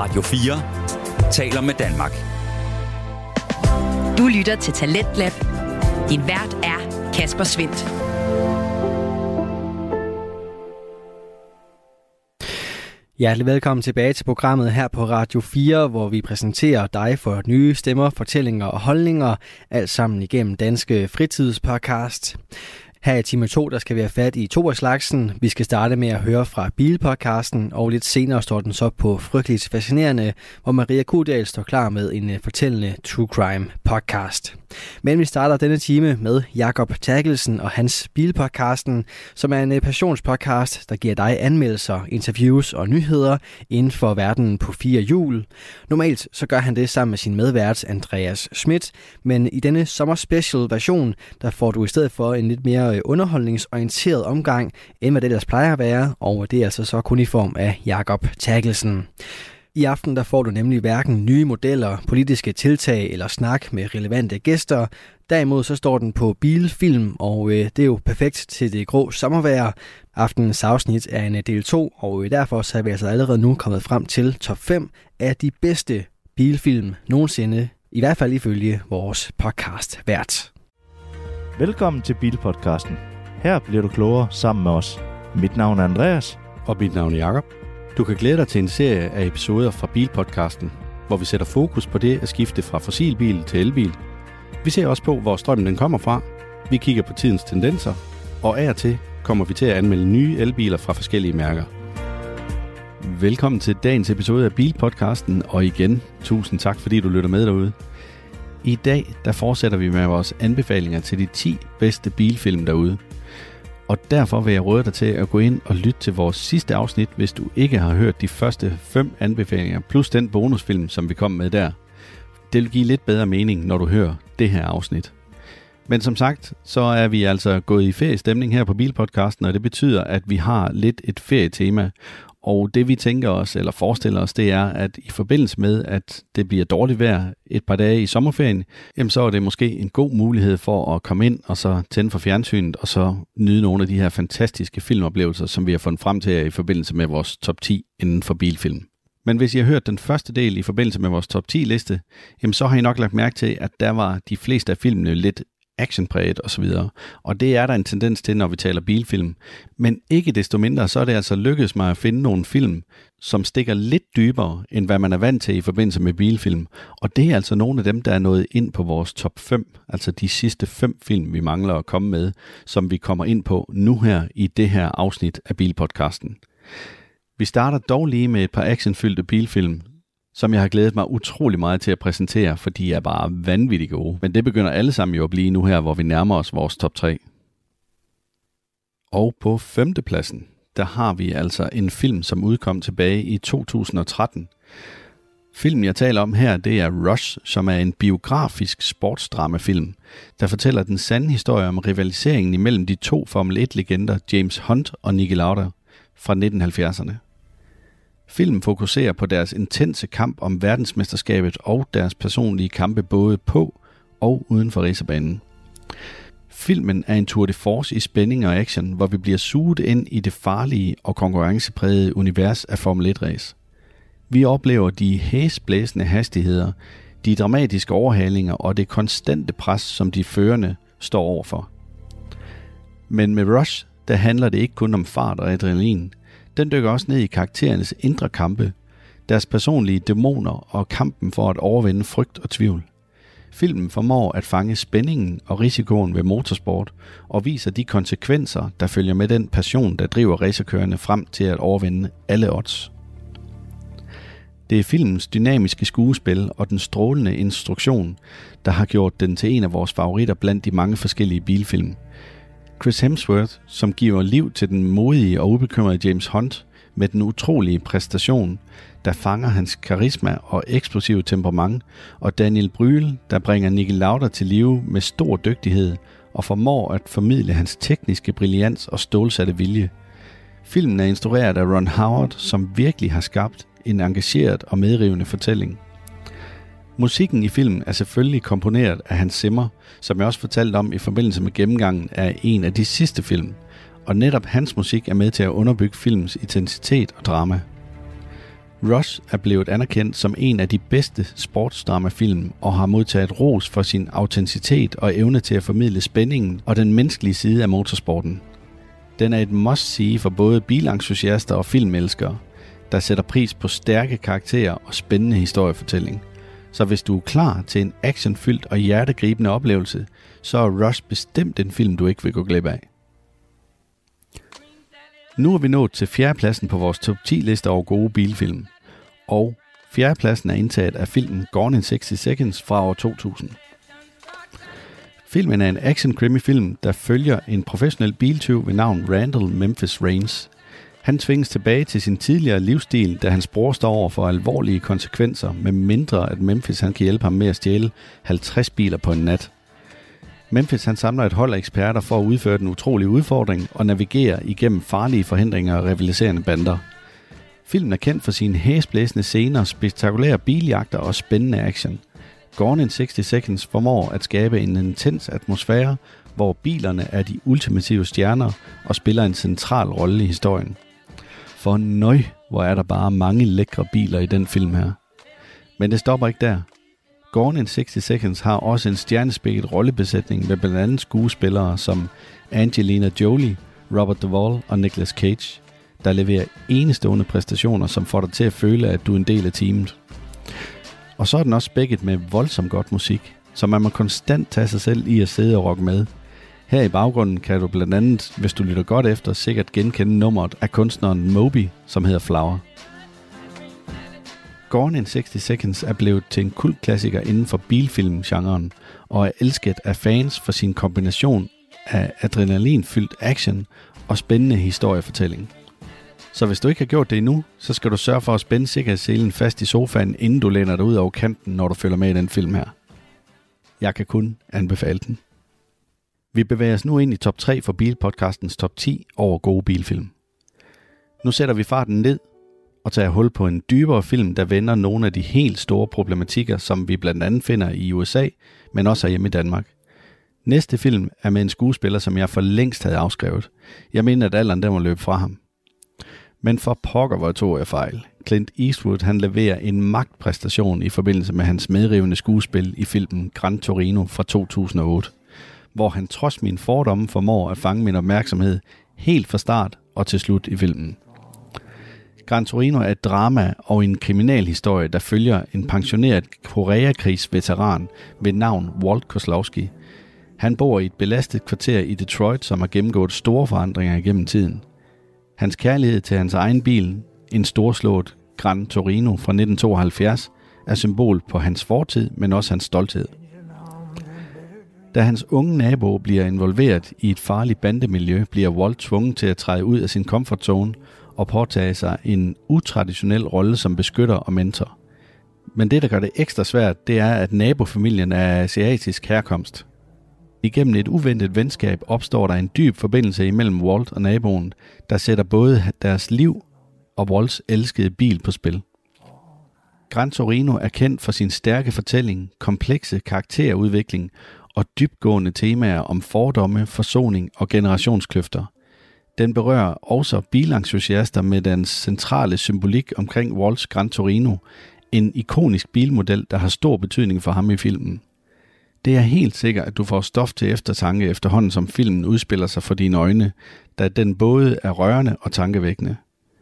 Radio 4 taler med Danmark. Du lytter til Talentlab. Din vært er Kasper Svindt. Hjertelig velkommen tilbage til programmet her på Radio 4, hvor vi præsenterer dig for nye stemmer, fortællinger og holdninger, alt sammen igennem Danske Fritidspodcast. Her i time 2, der skal vi have fat i to af slagsen. Vi skal starte med at høre fra Bilpodcasten, og lidt senere står den så på Frygteligt Fascinerende, hvor Maria Kudal står klar med en fortællende True Crime podcast. Men vi starter denne time med Jakob Terkelsen og hans Bilpodcasten, som er en passionspodcast, der giver dig anmeldelser, interviews og nyheder inden for verdenen på 4 hjul. Normalt så gør han det sammen med sin medvært Andreas Schmidt, men i denne sommerspecial version, der får du i stedet for en lidt mere underholdningsorienteret omgang, end hvad det ellers plejer at være, og det er altså så kun i form af Jakob Terkelsen. I aften der får du nemlig hverken nye modeller, politiske tiltag eller snak med relevante gæster. Derimod så står den på bilfilm, og det er jo perfekt til det grå sommervejr. Aftenens afsnit er en del 2, og derfor så er vi altså allerede nu kommet frem til top 5 af de bedste bilfilm nogensinde, i hvert fald ifølge vores podcast vært. Velkommen til Bilpodcasten. Her bliver du klogere sammen med os. Mit navn er Andreas. Og mit navn er Jakob. Du kan glæde dig til en serie af episoder fra Bilpodcasten, hvor vi sætter fokus på det at skifte fra fossilbil til elbil. Vi ser også på, hvor strømmen den kommer fra. Vi kigger på tidens tendenser, og af og til kommer vi til at anmelde nye elbiler fra forskellige mærker. Velkommen til dagens episode af Bilpodcasten, og igen, tusind tak fordi du lytter med derude. I dag der fortsætter vi med vores anbefalinger til de 10 bedste bilfilm derude. Og derfor vil jeg råde dig til at gå ind og lytte til vores sidste afsnit, hvis du ikke har hørt de første 5 anbefalinger, plus den bonusfilm, som vi kom med der. Det vil give lidt bedre mening, når du hører det her afsnit. Men som sagt, så er vi altså gået i feriestemning her på Bilpodcasten, og det betyder, at vi har lidt et ferietema. Og det vi tænker os, eller forestiller os, det er, at i forbindelse med, at det bliver dårligt vejr et par dage i sommerferien, jamen så er det måske en god mulighed for at komme ind og så tænde for fjernsynet, og så nyde nogle af de her fantastiske filmoplevelser, som vi har fundet frem til i forbindelse med vores top 10 inden for bilfilm. Men hvis I har hørt den første del i forbindelse med vores top 10 liste, jamen så har I nok lagt mærke til, at der var de fleste af filmene lidt actionpræget osv. Og det er der en tendens til, når vi taler bilfilm. Men ikke desto mindre, så er det altså lykkedes mig at finde nogle film, som stikker lidt dybere, end hvad man er vant til i forbindelse med bilfilm. Og det er altså nogle af dem, der er nået ind på vores top 5, altså de sidste 5 film, vi mangler at komme med, som vi kommer ind på nu her i det her afsnit af Bilpodcasten. Vi starter dog lige med et par actionfyldte bilfilm, som jeg har glædet mig utrolig meget til at præsentere, for de er bare vanvittigt gode. Men det begynder alle sammen jo at blive nu her, hvor vi nærmer os vores top 3. Og på 5. pladsen, der har vi altså en film, som udkom tilbage i 2013. Filmen, jeg taler om her, det er Rush, som er en biografisk sportsdramafilm, der fortæller den sande historie om rivaliseringen imellem de 2 Formel 1-legender James Hunt og Niki Lauda fra 1970'erne. Filmen fokuserer på deres intense kamp om verdensmesterskabet og deres personlige kampe både på og uden for racerbanen. Filmen er en tour de force i spænding og action, hvor vi bliver suget ind i det farlige og konkurrenceprægede univers af Formel 1-race. Vi oplever de hæsblæsende hastigheder, de dramatiske overhalinger og det konstante pres, som de førende står overfor. Men med Rush, der handler det ikke kun om fart og adrenalin. Den dykker også ned i karakterernes indre kampe, deres personlige dæmoner og kampen for at overvinde frygt og tvivl. Filmen formår at fange spændingen og risikoen ved motorsport og viser de konsekvenser, der følger med den passion, der driver racerkørerne frem til at overvinde alle odds. Det er filmens dynamiske skuespil og den strålende instruktion, der har gjort den til en af vores favoritter blandt de mange forskellige bilfilm. Chris Hemsworth, som giver liv til den modige og ubekymrede James Hunt med den utrolige præstation, der fanger hans karisma og eksplosive temperament, og Daniel Brühl, der bringer Niki Lauda til live med stor dygtighed og formår at formidle hans tekniske brillans og stålsatte vilje. Filmen er instrueret af Ron Howard, som virkelig har skabt en engageret og medrivende fortælling. Musikken i filmen er selvfølgelig komponeret af Hans Zimmer, som jeg også fortalte om i forbindelse med gennemgangen af en af de sidste film, og netop hans musik er med til at underbygge filmens intensitet og drama. Rush er blevet anerkendt som en af de bedste sportsdramafilm og har modtaget ros for sin autenticitet og evne til at formidle spændingen og den menneskelige side af motorsporten. Den er et must-see for både bilentusiaster og filmelskere, der sætter pris på stærke karakterer og spændende historiefortælling. Så hvis du er klar til en actionfyldt og hjertegribende oplevelse, så er Rush bestemt en film, du ikke vil gå glip af. Nu er vi nået til 4. pladsen på vores top 10 liste over gode bilfilm. Og 4. pladsen er indtaget af filmen Gone in 60 Seconds fra år 2000. Filmen er en action-krimi-film, der følger en professionel biltyv ved navn Randall Memphis Raines. Han tvinges tilbage til sin tidligere livsstil, da hans bror står over for alvorlige konsekvenser, med mindre at Memphis han kan hjælpe ham med at stjæle 50 biler på en nat. Memphis han samler et hold af eksperter for at udføre den utrolige udfordring og navigere igennem farlige forhindringer og rivaliserende bander. Filmen er kendt for sine hæsblæsende scener, spektakulære biljagter og spændende action. Gone in 60 Seconds formår at skabe en intens atmosfære, hvor bilerne er de ultimative stjerner og spiller en central rolle i historien. For nøj, hvor er der bare mange lækre biler i den film her. Men det stopper ikke der. Gone in 60 Seconds har også en stjernespækket rollebesætning med blandt andet skuespillere som Angelina Jolie, Robert Duvall og Nicolas Cage, der leverer enestående præstationer, som får dig til at føle, at du er en del af teamet. Og så er den også spækket med voldsomt godt musik, så man må konstant tage sig selv i at sidde og rocke med. Her i baggrunden kan du blandt andet, hvis du lytter godt efter, sikkert genkende nummeret af kunstneren Moby, som hedder Flower. Gone in 60 Seconds er blevet til en kultklassiker inden for bilfilmgenren og er elsket af fans for sin kombination af adrenalinfyldt action og spændende historiefortælling. Så hvis du ikke har gjort det endnu, så skal du sørge for at spænde sikkerhedsselen fast i sofaen, inden du læner dig ud over kanten, når du følger med i den film her. Jeg kan kun anbefale den. Vi bevæger os nu ind i top 3 for Bilpodcastens top 10 over gode bilfilm. Nu sætter vi farten ned og tager hul på en dybere film, der vender nogle af de helt store problematikker, som vi blandt andet finder i USA, men også hjemme i Danmark. Næste film er med en skuespiller, som jeg for længst havde afskrevet. Jeg mener, at alderen den må løbe fra ham. Men for pokker, hvor tog jeg fejl. Clint Eastwood han leverer en magtpræstation i forbindelse med hans medrivende skuespil i filmen Gran Torino fra 2008, hvor han trods mine fordomme formår at fange min opmærksomhed helt fra start og til slut i filmen. Gran Torino er et drama og en kriminalhistorie, der følger en pensioneret Koreakrigsveteran ved navn Walt Kozlowski. Han bor i et belastet kvarter i Detroit, som har gennemgået store forandringer igennem tiden. Hans kærlighed til hans egen bil, en storslået Gran Torino fra 1972, er symbol på hans fortid, men også hans stolthed. Da hans unge nabo bliver involveret i et farligt bandemiljø, bliver Walt tvunget til at træde ud af sin comfort zone og påtage sig en utraditionel rolle som beskytter og mentor. Men det, der gør det ekstra svært, det er, at nabofamilien er af asiatisk herkomst. Igennem et uventet venskab opstår der en dyb forbindelse imellem Walt og naboen, der sætter både deres liv og Walts elskede bil på spil. Gran Torino er kendt for sin stærke fortælling, komplekse karakterudvikling og dybtgående temaer om fordomme, forsoning og generationskløfter. Den berører også bilentusiaster med dens centrale symbolik omkring Walts Gran Torino, en ikonisk bilmodel, der har stor betydning for ham i filmen. Det er helt sikkert, at du får stof til eftertanke efterhånden, som filmen udspiller sig for dine øjne, da den både er rørende og tankevækkende.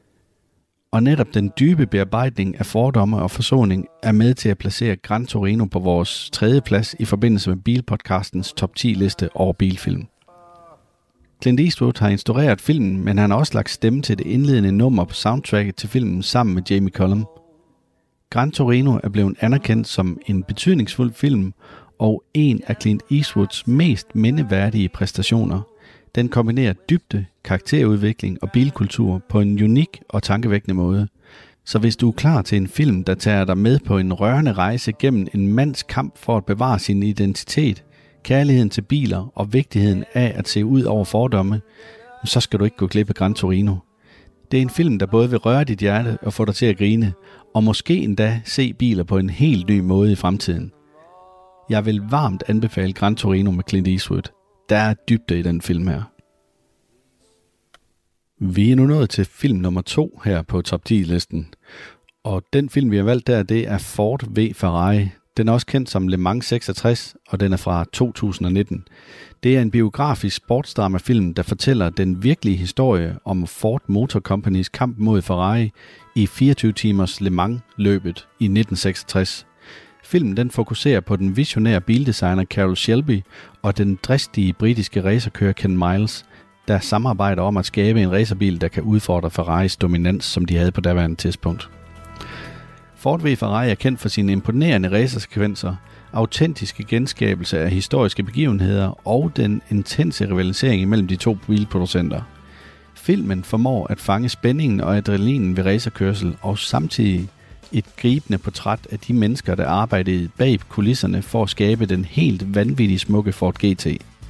Og netop den dybe bearbejdning af fordomme og forsoning er med til at placere Gran Torino på vores 3. plads i forbindelse med Bilpodcastens top 10 liste over bilfilm. Clint Eastwood har instrueret filmen, men han har også lagt stemme til det indledende nummer på soundtracket til filmen sammen med Jamie Cullum. Gran Torino er blevet anerkendt som en betydningsfuld film og en af Clint Eastwoods mest mindeværdige præstationer. Den kombinerer dybde, karakterudvikling og bilkultur på en unik og tankevækkende måde. Så hvis du er klar til en film, der tager dig med på en rørende rejse gennem en mands kamp for at bevare sin identitet, kærligheden til biler og vigtigheden af at se ud over fordomme, så skal du ikke gå glip af Gran Torino. Det er en film, der både vil røre dit hjerte og få dig til at grine, og måske endda se biler på en helt ny måde i fremtiden. Jeg vil varmt anbefale Gran Torino med Clint Eastwood. Der er dybde i den film her. Vi er nu nået til film nummer 2 her på top 10-listen. Og den film, vi har valgt der, det er Ford v Ferrari. Den er også kendt som Le Mans 66, og den er fra 2019. Det er en biografisk sportsdramafilm, der fortæller den virkelige historie om Ford Motor Companys kamp mod Ferrari i 24 timers Le Mans-løbet i 1966. Filmen den fokuserer på den visionære bildesigner Carroll Shelby og den dristige britiske racerkører Ken Miles, der samarbejder om at skabe en racerbil, der kan udfordre Ferraris dominans, som de havde på daværende tidspunkt. Ford v Ferrari er kendt for sine imponerende racersekvenser, autentiske genskabelse af historiske begivenheder og den intense rivalisering mellem de to bilproducenter. Filmen formår at fange spændingen og adrenalinen ved racerkørsel og samtidig et gribende portræt af de mennesker, der arbejdede bag kulisserne for at skabe den helt vanvittige smukke Ford GT.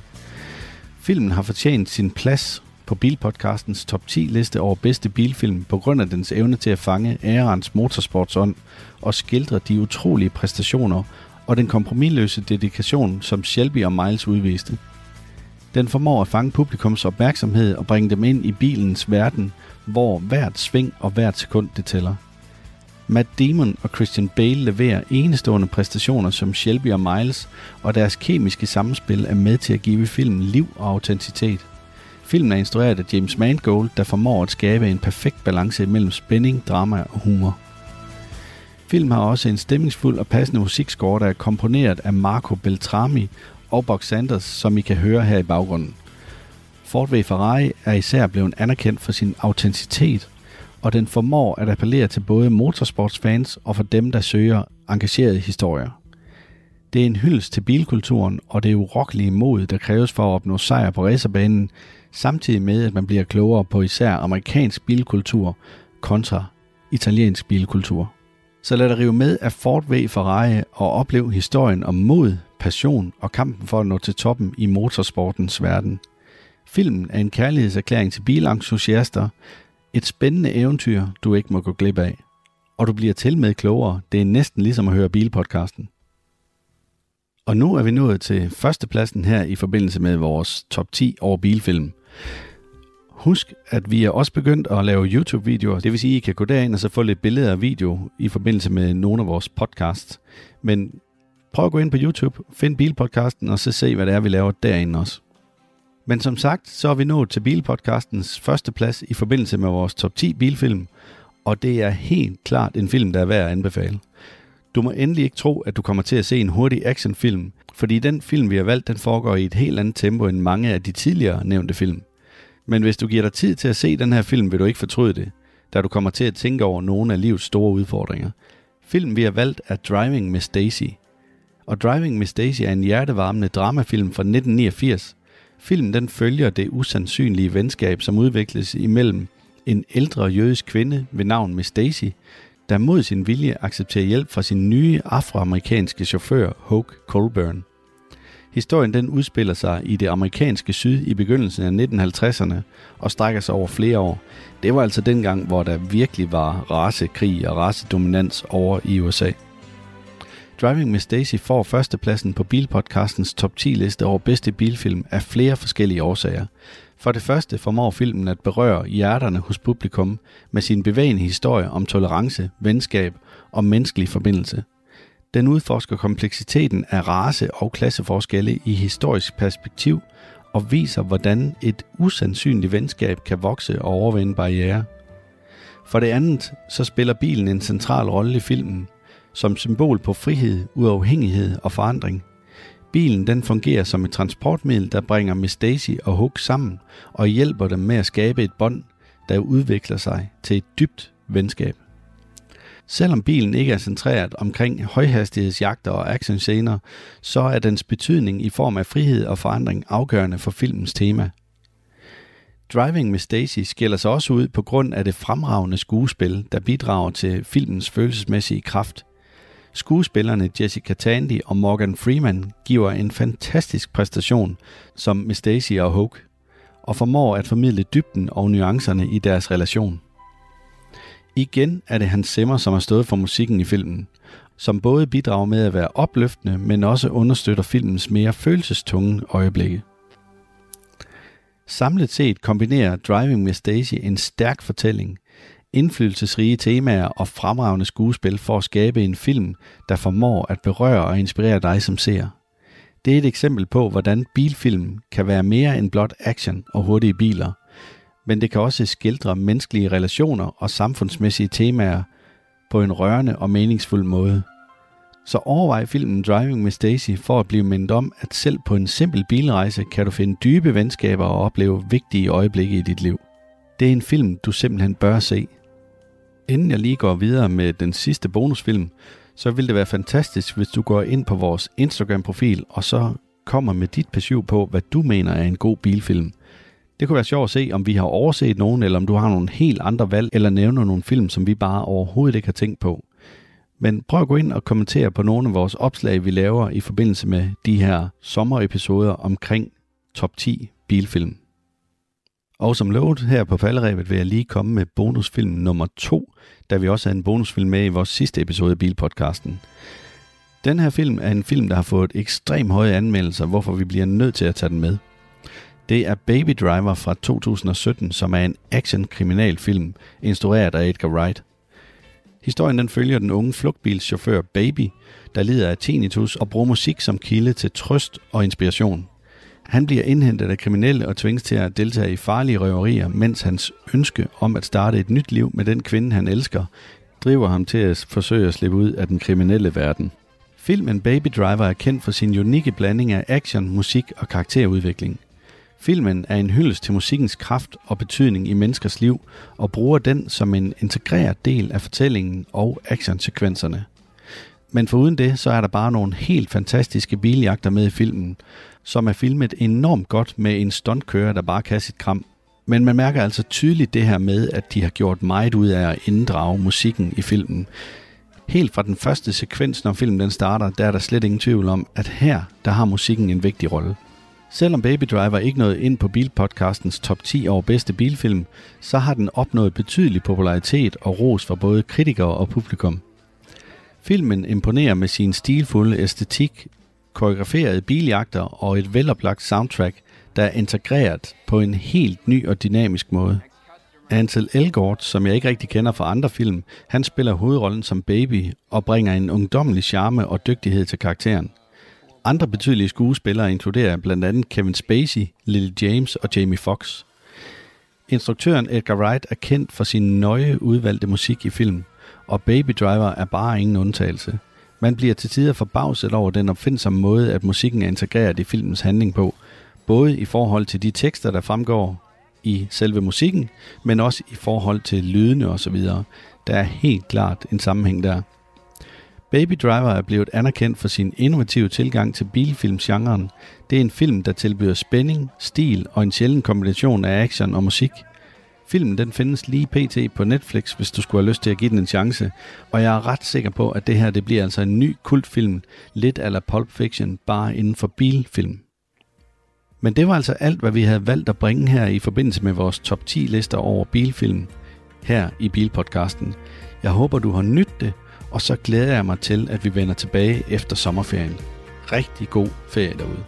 Filmen har fortjent sin plads på Bilpodcastens top 10 liste over bedste bilfilm på grund af dens evne til at fange ærens motorsportsånd og skildre de utrolige præstationer og den kompromisløse dedikation, som Shelby og Miles udviste. Den formår at fange publikums opmærksomhed og bringe dem ind i bilens verden, hvor hvert sving og hvert sekund det tæller. Matt Damon og Christian Bale leverer enestående præstationer som Shelby og Miles, og deres kemiske samspil er med til at give filmen liv og autenticitet. Filmen er instrueret af James Mangold, der formår at skabe en perfekt balance mellem spænding, drama og humor. Filmen har også en stemningsfuld og passende musikscore, der er komponeret af Marco Beltrami og Buck Sanders, som I kan høre her i baggrunden. Ford v Ferrari er især blevet anerkendt for sin autenticitet, og den formår at appellere til både motorsportsfans og for dem, der søger engagerede historier. Det er en hyldest til bilkulturen og det urokkelige mod, der kræves for at opnå sejr på racerbanen, samtidig med, at man bliver klogere på især amerikansk bilkultur kontra italiensk bilkultur. Så lad dig rive med af Ford v Ferrari og opleve historien om mod, passion og kampen for at nå til toppen i motorsportens verden. Filmen er en kærlighedserklæring til bilentusiaster, et spændende eventyr, du ikke må gå glip af. Og du bliver til med klogere. Det er næsten ligesom at høre Bilpodcasten. Og nu er vi nået til førstepladsen her i forbindelse med vores top 10 over bilfilm. Husk, at vi er også begyndt at lave YouTube-videoer. Det vil sige, at I kan gå derind og så få lidt billeder og video i forbindelse med nogle af vores podcasts. Men prøv at gå ind på YouTube, find Bilpodcasten og så se, hvad det er, vi laver derinde også. Men som sagt, så er vi nået til Bilpodcastens første plads i forbindelse med vores top 10 bilfilm, og det er helt klart en film, der er værd at anbefale. Du må endelig ikke tro, at du kommer til at se en hurtig actionfilm, fordi den film, vi har valgt, den foregår i et helt andet tempo end mange af de tidligere nævnte film. Men hvis du giver dig tid til at se den her film, vil du ikke fortryde det, da du kommer til at tænke over nogle af livets store udfordringer. Filmen, vi har valgt, er Driving Miss Daisy. Og Driving Miss Daisy er en hjertevarmende dramafilm fra 1989. Filmen den følger det usandsynlige venskab, som udvikles imellem en ældre jødisk kvinde ved navn Miss Daisy, der mod sin vilje accepterer hjælp fra sin nye afroamerikanske chauffør Hoke Colburn. Historien den udspiller sig i det amerikanske syd i begyndelsen af 1950'erne og strækker sig over flere år. Det var altså dengang, hvor der virkelig var racekrig og racedominans over i USA. Driving Miss Daisy får førstepladsen på Bilpodcastens top 10 liste over bedste bilfilm af flere forskellige årsager. For det første formår filmen at berøre hjerterne hos publikum med sin bevægende historie om tolerance, venskab og menneskelig forbindelse. Den udforsker kompleksiteten af race- og klasseforskelle i historisk perspektiv og viser, hvordan et usandsynligt venskab kan vokse og overvinde barrierer. For det andet så spiller bilen en central rolle i filmen, som symbol på frihed, uafhængighed og forandring. Bilen den fungerer som et transportmiddel, der bringer Miss Daisy og Hook sammen og hjælper dem med at skabe et bånd, der udvikler sig til et dybt venskab. Selvom bilen ikke er centreret omkring højhastighedsjagter og actionscener, så er dens betydning i form af frihed og forandring afgørende for filmens tema. Driving Miss Daisy skiller sig også ud på grund af det fremragende skuespil, der bidrager til filmens følelsesmæssige kraft. Skuespillerne Jessica Tandy og Morgan Freeman giver en fantastisk præstation som Miss Daisy og Hoke, og formår at formidle dybden og nuancerne i deres relation. Igen er det Hans Zimmer, som har stået for musikken i filmen, som både bidrager med at være opløftende, men også understøtter filmens mere følelsestunge øjeblikke. Samlet set kombinerer Driving Miss Daisy en stærk fortælling, indflydelsesrige temaer og fremragende skuespil for at skabe en film, der formår at berøre og inspirere dig som seer. Det er et eksempel på, hvordan bilfilm kan være mere end blot action og hurtige biler, men det kan også skildre menneskelige relationer og samfundsmæssige temaer på en rørende og meningsfuld måde. Så overvej filmen Driving Miss Daisy for at blive mindet om, at selv på en simpel bilrejse kan du finde dybe venskaber og opleve vigtige øjeblikke i dit liv. Det er en film, du simpelthen bør se. Inden jeg lige går videre med den sidste bonusfilm, så vil det være fantastisk, hvis du går ind på vores Instagram-profil og så kommer med dit besøg på, hvad du mener er en god bilfilm. Det kunne være sjovt at se, om vi har overset nogen, eller om du har nogle helt andre valg, eller nævner nogle film, som vi bare overhovedet ikke har tænkt på. Men prøv at gå ind og kommentere på nogle af vores opslag, vi laver i forbindelse med de her sommerepisoder omkring top 10 bilfilm. Og som lovet her på falderebet vil jeg lige komme med bonusfilm nummer 2, da vi også har en bonusfilm med i vores sidste episode af Bilpodcasten. Den her film er en film, der har fået ekstremt høje anmeldelser, hvorfor vi bliver nødt til at tage den med. Det er Baby Driver fra 2017, som er en action-kriminalfilm, instrueret af Edgar Wright. Historien den følger den unge flugtbilschauffør Baby, der lider af tinnitus og bruger musik som kilde til trøst og inspiration. Han bliver indhentet af kriminelle og tvinges til at deltage i farlige røverier, mens hans ønske om at starte et nyt liv med den kvinde, han elsker, driver ham til at forsøge at slippe ud af den kriminelle verden. Filmen Baby Driver er kendt for sin unikke blanding af action, musik og karakterudvikling. Filmen er en hyldest til musikkens kraft og betydning i menneskers liv, og bruger den som en integreret del af fortællingen og actionsekvenserne. Men foruden det, så er der bare nogle helt fantastiske biljagter med i filmen, som er filmet enormt godt med en stuntkører, der bare kan sit kram. Men man mærker altså tydeligt det her med, at de har gjort meget ud af at inddrage musikken i filmen. Helt fra den første sekvens, når filmen den starter, der er der slet ingen tvivl om, at her, der har musikken en vigtig rolle. Selvom Baby Driver ikke nåede ind på Bilpodcastens top 10 over bedste bilfilm, så har den opnået betydelig popularitet og ros fra både kritikere og publikum. Filmen imponerer med sin stilfulde æstetik, koreograferede biljagter og et veloplagt soundtrack, der er integreret på en helt ny og dynamisk måde. Ansel Elgort, som jeg ikke rigtig kender fra andre film, han spiller hovedrollen som Baby og bringer en ungdommelig charme og dygtighed til karakteren. Andre betydelige skuespillere inkluderer blandt andet Kevin Spacey, Lily James og Jamie Foxx. Instruktøren Edgar Wright er kendt for sin nøje udvalgte musik i film, og Baby Driver er bare ingen undtagelse. Man bliver til tider forbavset over den opfindsomme måde, at musikken er integreret i filmens handling på, både i forhold til de tekster, der fremgår i selve musikken, men også i forhold til lydene osv. Der er helt klart en sammenhæng der. Baby Driver er blevet anerkendt for sin innovative tilgang til bilfilmsgenren. Det er en film, der tilbyder spænding, stil og en sjælden kombination af action og musik. Filmen den findes lige pt. På Netflix, hvis du skulle have lyst til at give den en chance, og jeg er ret sikker på, at det her det bliver altså en ny kultfilm, lidt a la Pulp Fiction, bare inden for bilfilm. Men det var altså alt, hvad vi havde valgt at bringe her i forbindelse med vores top 10 lister over bilfilm her i Bilpodcasten. Jeg håber, du har nydt det, og så glæder jeg mig til, at vi vender tilbage efter sommerferien. Rigtig god ferie derude.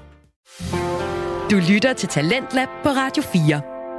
Du lytter til Talentlab på Radio 4.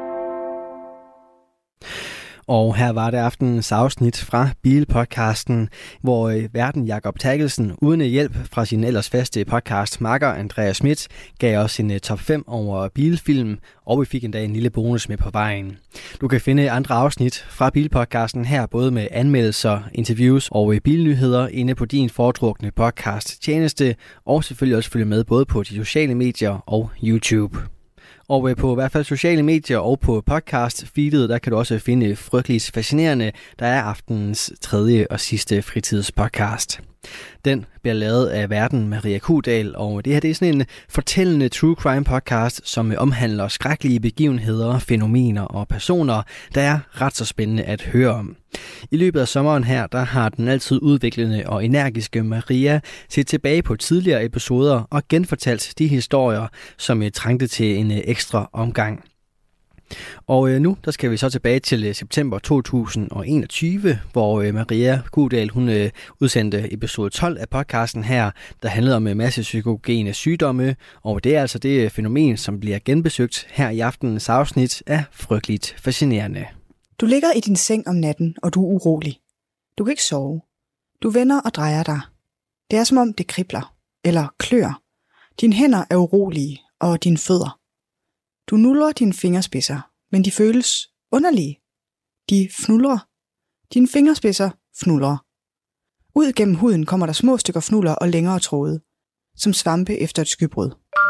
Og her var det aftenens afsnit fra Bilpodcasten, hvor værten Jakob Terkelsen uden hjælp fra sin ellers faste podcastmakker Andreas Schmidt gav os en top 5 over bilfilm, og vi fik endda en lille bonus med på vejen. Du kan finde andre afsnit fra Bilpodcasten her, både med anmeldelser, interviews og bilnyheder inde på din foretrukne podcast tjeneste, og selvfølgelig også følge med både på de sociale medier og YouTube. Og på i hvert fald sociale medier og på podcast-feedet, der kan du også finde Frygteligt Fascinerende, der er aftenens tredje og sidste fritidspodcast. Den bliver lavet af værten Maria Kudal, og det her det er sådan en fortællende true crime podcast, som omhandler skrækkelige begivenheder, fænomener og personer, der er ret så spændende at høre om. I løbet af sommeren her, der har den altid udviklende og energiske Maria set tilbage på tidligere episoder og genfortalt de historier, som trængte til en ekstra omgang. Og nu der skal vi så tilbage til september 2021, hvor Maria Kudal hun udsendte episode 12 af podcasten her, der handlede om massepsykogene sygdomme, og det er altså det fænomen, som bliver genbesøgt her i aftenens afsnit af Frygteligt Fascinerende. Du ligger i din seng om natten, og du er urolig. Du kan ikke sove. Du vender og drejer dig. Det er som om det kribler, eller klør. Dine hænder er urolige, og dine fødder. Du nulrer dine fingerspidser, men de føles underlige. De fnuldrer. Dine fingerspidser fnuldrer. Ud gennem huden kommer der små stykker fnulder og længere tråde, som svampe efter et skybrud.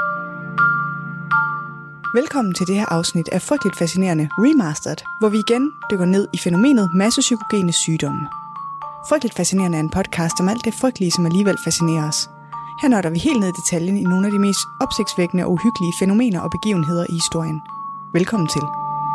Velkommen til det her afsnit af Frygteligt Fascinerende Remastered, hvor vi igen dykker ned i fænomenet massepsykogene sygdomme. Frygteligt Fascinerende er en podcast om alt det frygtelige, som alligevel fascinerer os. Her nørder vi helt ned i detaljen i nogle af de mest opsigtsvækkende og uhyggelige fænomener og begivenheder i historien. Velkommen til.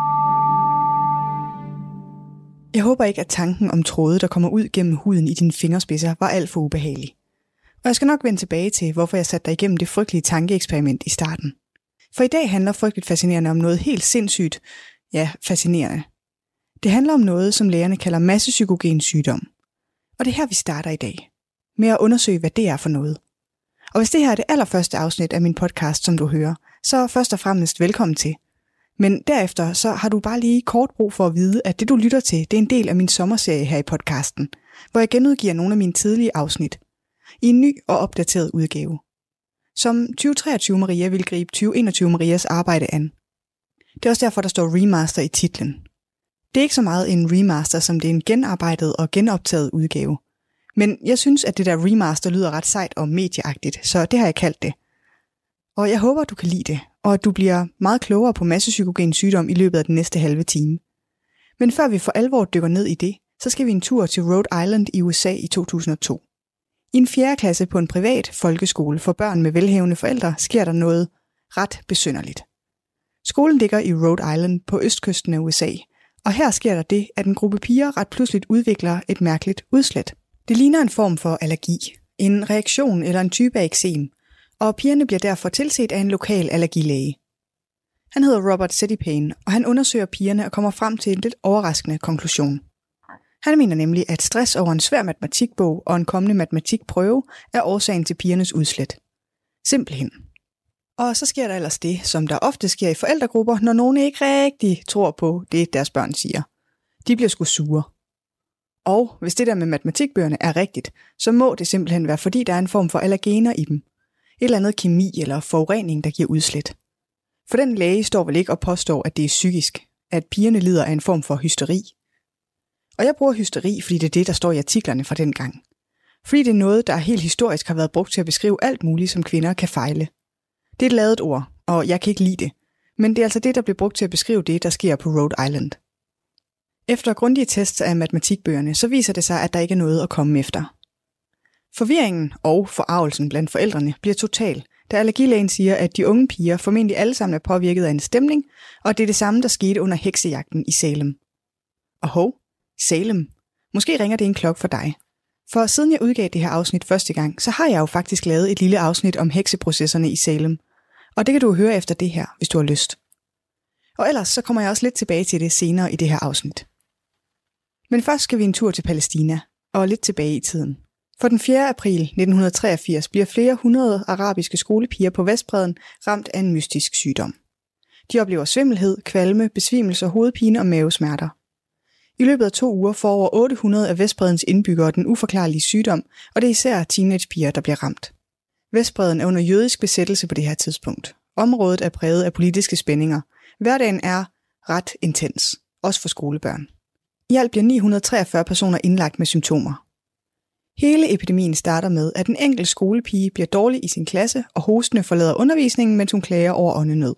Jeg håber ikke, at tanken om tråde, der kommer ud gennem huden i dine fingerspidser, var alt for ubehagelig. Og jeg skal nok vende tilbage til, hvorfor jeg satte dig igennem det frygtelige tankeeksperiment i starten. For i dag handler Frygteligt Fascinerende om noget helt sindssygt, ja, fascinerende. Det handler om noget, som lægerne kalder massepsykogen sygdom. Og det er her, vi starter i dag, med at undersøge, hvad det er for noget. Og hvis det her er det allerførste afsnit af min podcast, som du hører, så først og fremmest velkommen til. Men derefter så har du bare lige kort brug for at vide, at det du lytter til, det er en del af min sommerserie her i podcasten, hvor jeg genudgiver nogle af mine tidlige afsnit i en ny og opdateret udgave. Som 2023 Maria vil gribe 2021 Marias arbejde an. Det er også derfor, der står remaster i titlen. Det er ikke så meget en remaster, som det er en genarbejdet og genoptaget udgave. Men jeg synes, at det der remaster lyder ret sejt og medieagtigt, så det har jeg kaldt det. Og jeg håber, du kan lide det, og at du bliver meget klogere på massepsykogen sygdom i løbet af den næste halve time. Men før vi for alvor dykker ned i det, så skal vi en tur til Rhode Island i USA i 2002. I en 4. klasse på en privat folkeskole for børn med velhavende forældre sker der noget ret besynderligt. Skolen ligger i Rhode Island på østkysten af USA, og her sker der det, at en gruppe piger ret pludseligt udvikler et mærkeligt udslæt. Det ligner en form for allergi, en reaktion eller en type af eksem, og pigerne bliver derfor tilset af en lokal allergilæge. Han hedder Robert Settipane, og han undersøger pigerne og kommer frem til en lidt overraskende konklusion. Han mener nemlig, at stress over en svær matematikbog og en kommende matematikprøve er årsagen til pigernes udslæt. Simpelthen. Og så sker der ellers det, som der ofte sker i forældregrupper, når nogen ikke rigtig tror på det, deres børn siger. De bliver sgu sure. Og hvis det der med matematikbøgerne er rigtigt, så må det simpelthen være, fordi der er en form for allergener i dem. Et eller andet kemi eller forurening, der giver udslæt. For den læge står vel ikke og påstår, at det er psykisk, at pigerne lider af en form for hysteri. Og jeg bruger hysteri, fordi det er det, der står i artiklerne fra den gang. Fordi det er noget, der helt historisk har været brugt til at beskrive alt muligt, som kvinder kan fejle. Det er et ladet ord, og jeg kan ikke lide det. Men det er altså det, der bliver brugt til at beskrive det, der sker på Rhode Island. Efter grundige tests af matematikbøgerne, så viser det sig, at der ikke er noget at komme efter. Forvirringen og forargelsen blandt forældrene bliver total, da allergilægen siger, at de unge piger formentlig alle sammen er påvirket af en stemning, og det er det samme, der skete under heksejagten i Salem. Og hov, Salem. Måske ringer det en klokke for dig. For siden jeg udgav det her afsnit første gang, så har jeg jo faktisk lavet et lille afsnit om hekseprocesserne i Salem. Og det kan du høre efter det her, hvis du har lyst. Og ellers så kommer jeg også lidt tilbage til det senere i det her afsnit. Men først skal vi en tur til Palæstina, og lidt tilbage i tiden. For den 4. april 1983 bliver flere hundrede arabiske skolepiger på Vestbredden ramt af en mystisk sygdom. De oplever svimmelhed, kvalme, besvimelse, hovedpine og mavesmerter. I løbet af 2 uger får over 800 af Vestbreddens indbyggere den uforklarlige sygdom, og det er især teenagepiger, der bliver ramt. Vestbredden er under jødisk besættelse på det her tidspunkt. Området er præget af politiske spændinger. Hverdagen er ret intens, også for skolebørn. I alt bliver 943 personer indlagt med symptomer. Hele epidemien starter med, at en enkelt skolepige bliver dårlig i sin klasse og hostende forlader undervisningen, mens hun klager over åndenød.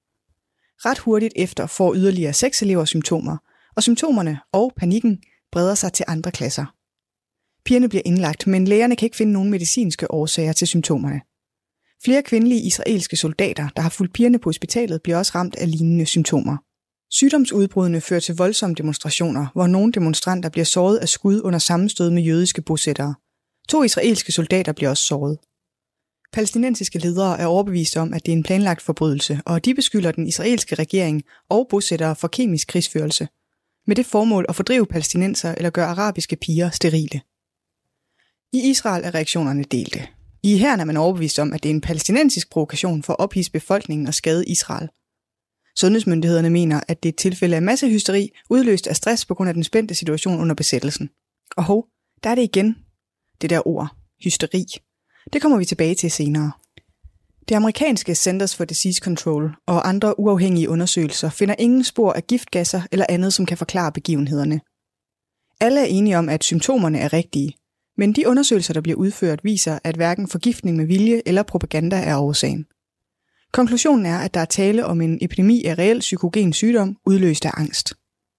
Ret hurtigt efter får yderligere 6 elever symptomer, og symptomerne og panikken breder sig til andre klasser. Pigerne bliver indlagt, men lægerne kan ikke finde nogen medicinske årsager til symptomerne. Flere kvindelige israelske soldater, der har fulgt pigerne på hospitalet, bliver også ramt af lignende symptomer. Sygdomsudbruddene fører til voldsomme demonstrationer, hvor nogle demonstranter bliver såret af skud under sammenstød med jødiske bosættere. 2 israelske soldater bliver også såret. Palæstinensiske ledere er overbeviste om, at det er en planlagt forbrydelse, og de beskylder den israelske regering og bosættere for kemisk krigsførelse, med det formål at fordrive palæstinenser eller gøre arabiske piger sterile. I Israel er reaktionerne delte. I hæren er man overbevist om, at det er en palæstinensisk provokation for at ophidse befolkningen og skade Israel. Sundhedsmyndighederne mener, at det er et tilfælde af massehysteri, udløst af stress på grund af den spændte situation under besættelsen. Og der er det igen. Det der ord, hysteri. Det kommer vi tilbage til senere. Det amerikanske Centers for Disease Control og andre uafhængige undersøgelser finder ingen spor af giftgasser eller andet, som kan forklare begivenhederne. Alle er enige om, at symptomerne er rigtige, men de undersøgelser, der bliver udført, viser, at hverken forgiftning med vilje eller propaganda er årsagen. Konklusionen er, at der er tale om en epidemi af reel psykogen sygdom, udløst af angst.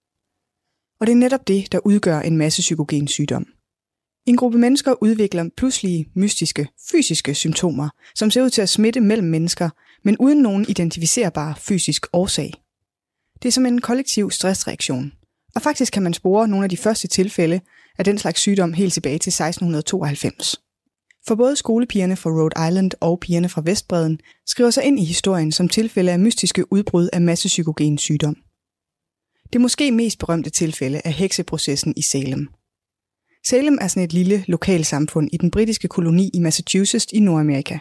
Og det er netop det, der udgør en massepsykogen sygdom. En gruppe mennesker udvikler pludselige, mystiske, fysiske symptomer, som ser ud til at smitte mellem mennesker, men uden nogen identificerbar fysisk årsag. Det er som en kollektiv stressreaktion. Og faktisk kan man spore nogle af de første tilfælde af den slags sygdom helt tilbage til 1692. For både skolepigerne fra Rhode Island og pigerne fra Vestbredden skriver sig ind i historien som tilfælde af mystiske udbrud af massepsykogen sygdom. Det måske mest berømte tilfælde er hekseprocessen i Salem. Salem er sådan et lille lokalsamfund i den britiske koloni i Massachusetts i Nordamerika.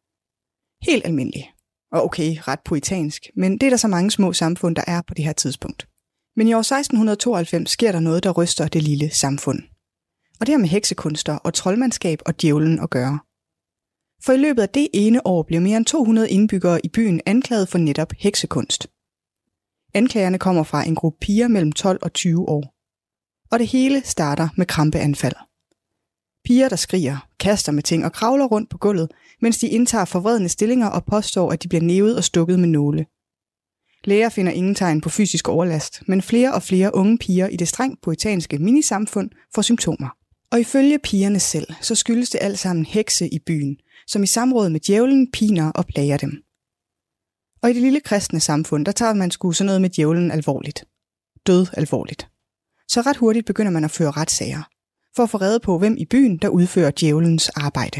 Helt almindelig. Og okay, ret poetansk, men det er der så mange små samfund, der er på det her tidspunkt. Men i år 1692 sker der noget, der ryster det lille samfund. Og det har med heksekunster og troldmandskab og djævlen at gøre. For i løbet af det ene år blev mere end 200 indbyggere i byen anklaget for netop heksekunst. Anklagerne kommer fra en gruppe piger mellem 12 og 20 år. Og det hele starter med krampeanfald. Piger, der skriger, kaster med ting og kravler rundt på gulvet, mens de indtager forvredne stillinger og påstår, at de bliver nævet og stukket med nåle. Læger finder ingen tegn på fysisk overlast, men flere og flere unge piger i det strengt poetanske minisamfund får symptomer. Og ifølge pigerne selv, så skyldes det alt sammen hekse i byen, som i samråd med djævlen piner og plager dem. Og i det lille kristne samfund, der tager man sgu sådan noget med djævlen alvorligt. Død alvorligt. Så ret hurtigt begynder man at føre retssager, for at få rede på, hvem i byen, der udfører djævelens arbejde.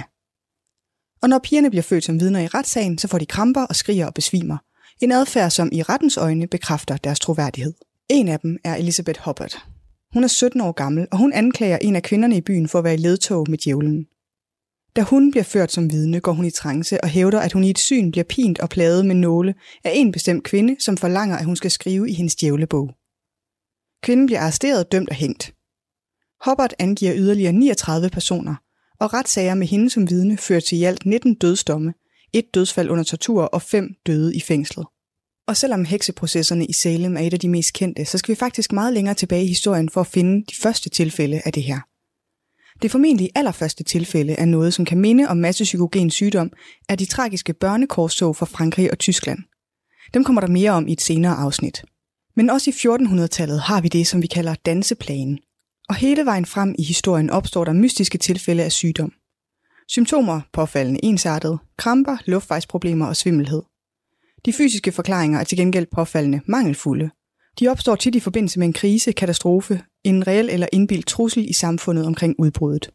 Og når pigerne bliver født som vidner i retssagen, så får de kramper og skriger og besvimer. En adfærd, som i rettens øjne bekræfter deres troværdighed. En af dem er Elizabeth Hubbard. Hun er 17 år gammel, og hun anklager en af kvinderne i byen for at være i ledtog med djævlen. Da hun bliver ført som vidne, går hun i trance og hævder, at hun i et syn bliver pint og plaget med nåle af en bestemt kvinde, som forlanger, at hun skal skrive i hendes djævlebog. Kvinden bliver arresteret, dømt og hængt. Hubbard angiver yderligere 39 personer, og retssager med hende som vidne fører til i alt 19 dødsdomme, 1 dødsfald under tortur og 5 døde i fængslet. Og selvom hekseprocesserne i Salem er et af de mest kendte, så skal vi faktisk meget længere tilbage i historien for at finde de første tilfælde af det her. Det formentlig allerførste tilfælde af noget, som kan minde om massepsykogen sygdom, er de tragiske børnekorstog fra Frankrig og Tyskland. Dem kommer der mere om i et senere afsnit. Men også i 1400-tallet har vi det, som vi kalder danseplagen. Og hele vejen frem i historien opstår der mystiske tilfælde af sygdom. Symptomer påfaldende ensartet, kramper, luftvejsproblemer og svimmelhed. De fysiske forklaringer er til gengæld påfaldende mangelfulde. De opstår tit i forbindelse med en krise, katastrofe, en reel eller indbildt trussel i samfundet omkring udbruddet.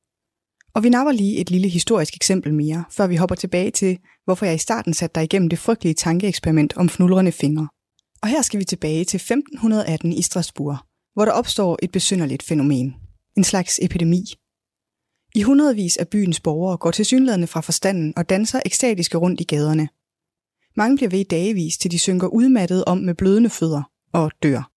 Og vi napper lige et lille historisk eksempel mere, før vi hopper tilbage til, hvorfor jeg i starten satte dig igennem det frygtelige tankeeksperiment om fnulrende fingre. Og her skal vi tilbage til 1518 i Strasbourg, hvor der opstår et besynderligt fænomen. En slags epidemi. I hundredvis af byens borgere går tilsyneladende fra forstanden og danser ekstatiske rundt i gaderne. Mange bliver ved i dagevis, til de synker udmattet om med blødende fødder og dør.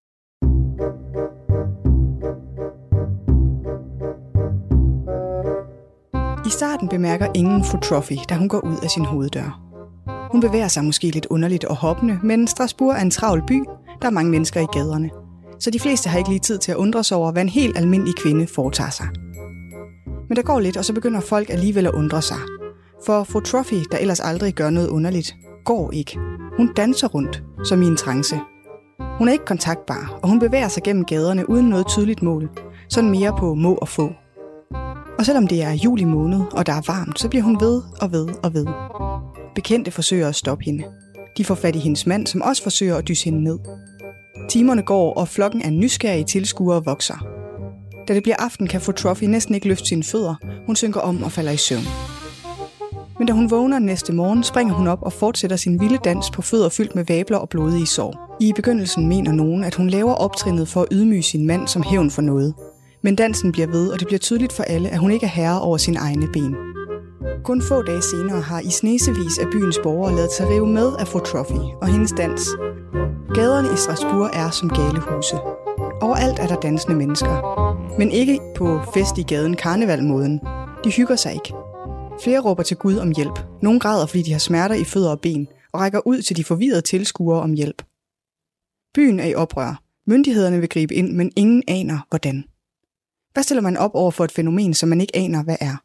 I starten bemærker ingen fru Trophy, da hun går ud af sin hoveddør. Hun bevæger sig måske lidt underligt og hoppende, men Strasbourg er en travl by, der er mange mennesker i gaderne. Så de fleste har ikke lige tid til at undre sig over, hvad en helt almindelig kvinde foretager sig. Men der går lidt, og så begynder folk alligevel at undre sig. For fru Trophy, der ellers aldrig gør noget underligt, går ikke. Hun danser rundt, som i en trance. Hun er ikke kontaktbar, og hun bevæger sig gennem gaderne uden noget tydeligt mål. Sådan mere på må og få. Og selvom det er juli måned, og der er varmt, så bliver hun ved og ved og ved. Bekendte forsøger at stoppe hende. De får fat i hendes mand, som også forsøger at dysse hende ned. Timerne går, og flokken af nysgerrige tilskuere vokser. Da det bliver aften, kan fru Trophy næsten ikke løfte sine fødder. Hun synker om og falder i søvn. Men da hun vågner næste morgen, springer hun op og fortsætter sin vilde dans på fødder fyldt med vabler og blodige sår. I begyndelsen mener nogen, at hun laver optrinnet for at ydmyge sin mand som hævn for noget. Men dansen bliver ved, og det bliver tydeligt for alle, at hun ikke er herre over sine egne ben. Kun få dage senere har i snesevis af byens borgere ladet sig rive med af fru Trophy og hendes dans, Gaderne i Strasbourg er som galehuse. Overalt er der dansende mennesker. Men ikke på fest i gaden karnevalmåden. De hygger sig ikke. Flere råber til Gud om hjælp. Nogle græder, fordi de har smerter i fødder og ben, og rækker ud til de forvirrede tilskuere om hjælp. Byen er i oprør. Myndighederne vil gribe ind, men ingen aner hvordan. Hvad stiller man op over for et fænomen, som man ikke aner, hvad er?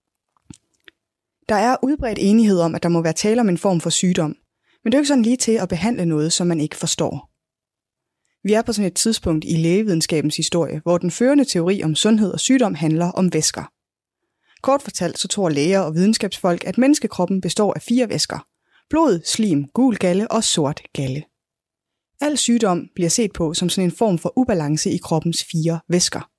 Der er udbredt enighed om, at der må være tale om en form for sygdom, men det er jo ikke sådan lige til at behandle noget, som man ikke forstår. Vi er på sådan et tidspunkt i lægevidenskabens historie, hvor den førende teori om sundhed og sygdom handler om væsker. Kort fortalt så tror læger og videnskabsfolk, at menneskekroppen består af 4 væsker. Blod, slim, gul galle og sort galle. Al sygdom bliver set på som sådan en form for ubalance i kroppens 4 væsker.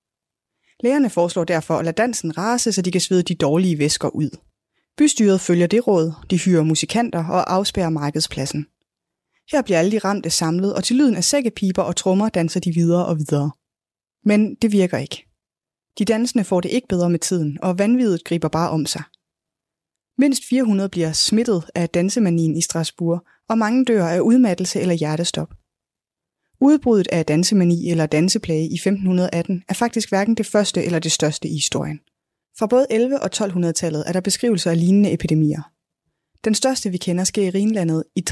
Lægerne foreslår derfor at lade dansen rase, så de kan svede de dårlige væsker ud. Bystyret følger det råd, de hyrer musikanter og afspærrer markedspladsen. Her bliver alle de ramte samlet, og til lyden af sækkepiber og trommer danser de videre og videre. Men det virker ikke. De dansende får det ikke bedre med tiden, og vanviddet griber bare om sig. Mindst 400 bliver smittet af dansemanien i Strasbourg, og mange dør af udmattelse eller hjertestop. Udbruddet af dansemani eller danseplage i 1518 er faktisk hverken det første eller det største i historien. Fra både 1100- og 1200-tallet er der beskrivelser af lignende epidemier. Den største vi kender sker i Rhinlandet i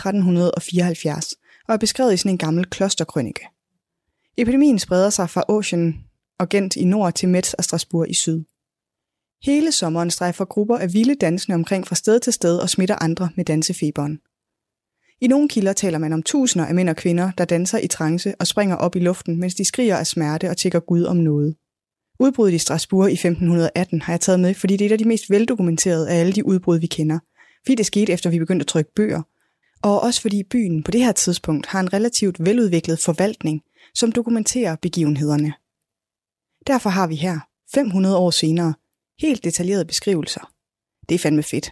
1374 og er beskrevet i sådan en gammel klosterkrønike. Epidemien spreder sig fra Ocean og Gent i nord til Metz og Strasbourg i syd. Hele sommeren strejfer grupper af vilde dansende omkring fra sted til sted og smitter andre med dansefeberen. I nogle kilder taler man om tusinder af mænd og kvinder, der danser i trance og springer op i luften, mens de skriger af smerte og tigger Gud om noget. Udbruddet i Strasbourg i 1518 har jeg taget med, fordi det er et af de mest veldokumenterede af alle de udbrud, vi kender. Fordi det skete efter, vi begyndte at trykke bøger. Og også fordi byen på det her tidspunkt har en relativt veludviklet forvaltning, som dokumenterer begivenhederne. Derfor har vi her, 500 år senere, helt detaljerede beskrivelser. Det er fandme fedt.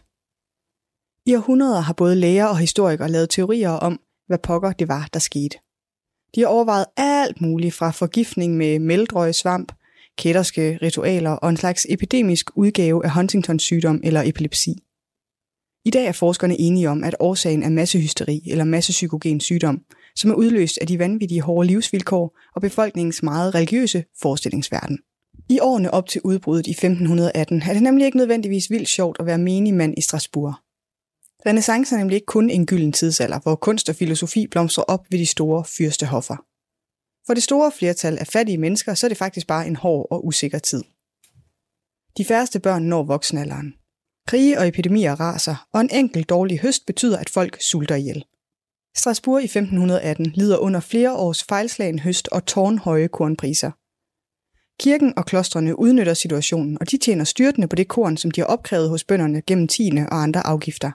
I århundreder har både læger og historikere lavet teorier om, hvad pokker det var, der skete. De har overvejet alt muligt fra forgiftning med meldrøg, svamp, kætterske ritualer og en slags epidemisk udgave af Huntingtons sygdom eller epilepsi. I dag er forskerne enige om, at årsagen er massehysteri eller massepsykogen sygdom, som er udløst af de vanvittige hårde livsvilkår og befolkningens meget religiøse forestillingsverden. I årene op til udbruddet i 1518 er det nemlig ikke nødvendigvis vildt sjovt at være menigmand i Strasbourg. Renæssance er nemlig ikke kun en gylden tidsalder, hvor kunst og filosofi blomstrer op ved de store fyrstehoffer. For det store flertal af fattige mennesker, så er det faktisk bare en hård og usikker tid. De færreste børn når voksenalderen. Krige og epidemier raser, og en enkelt dårlig høst betyder, at folk sulter ihjel. Strasbourg i 1518 lider under flere års fejlslagen høst og tårnhøje kornpriser. Kirken og klostrene udnytter situationen, og de tjener styrtende på det korn, som de har opkrævet hos bønderne gennem tiende og andre afgifter.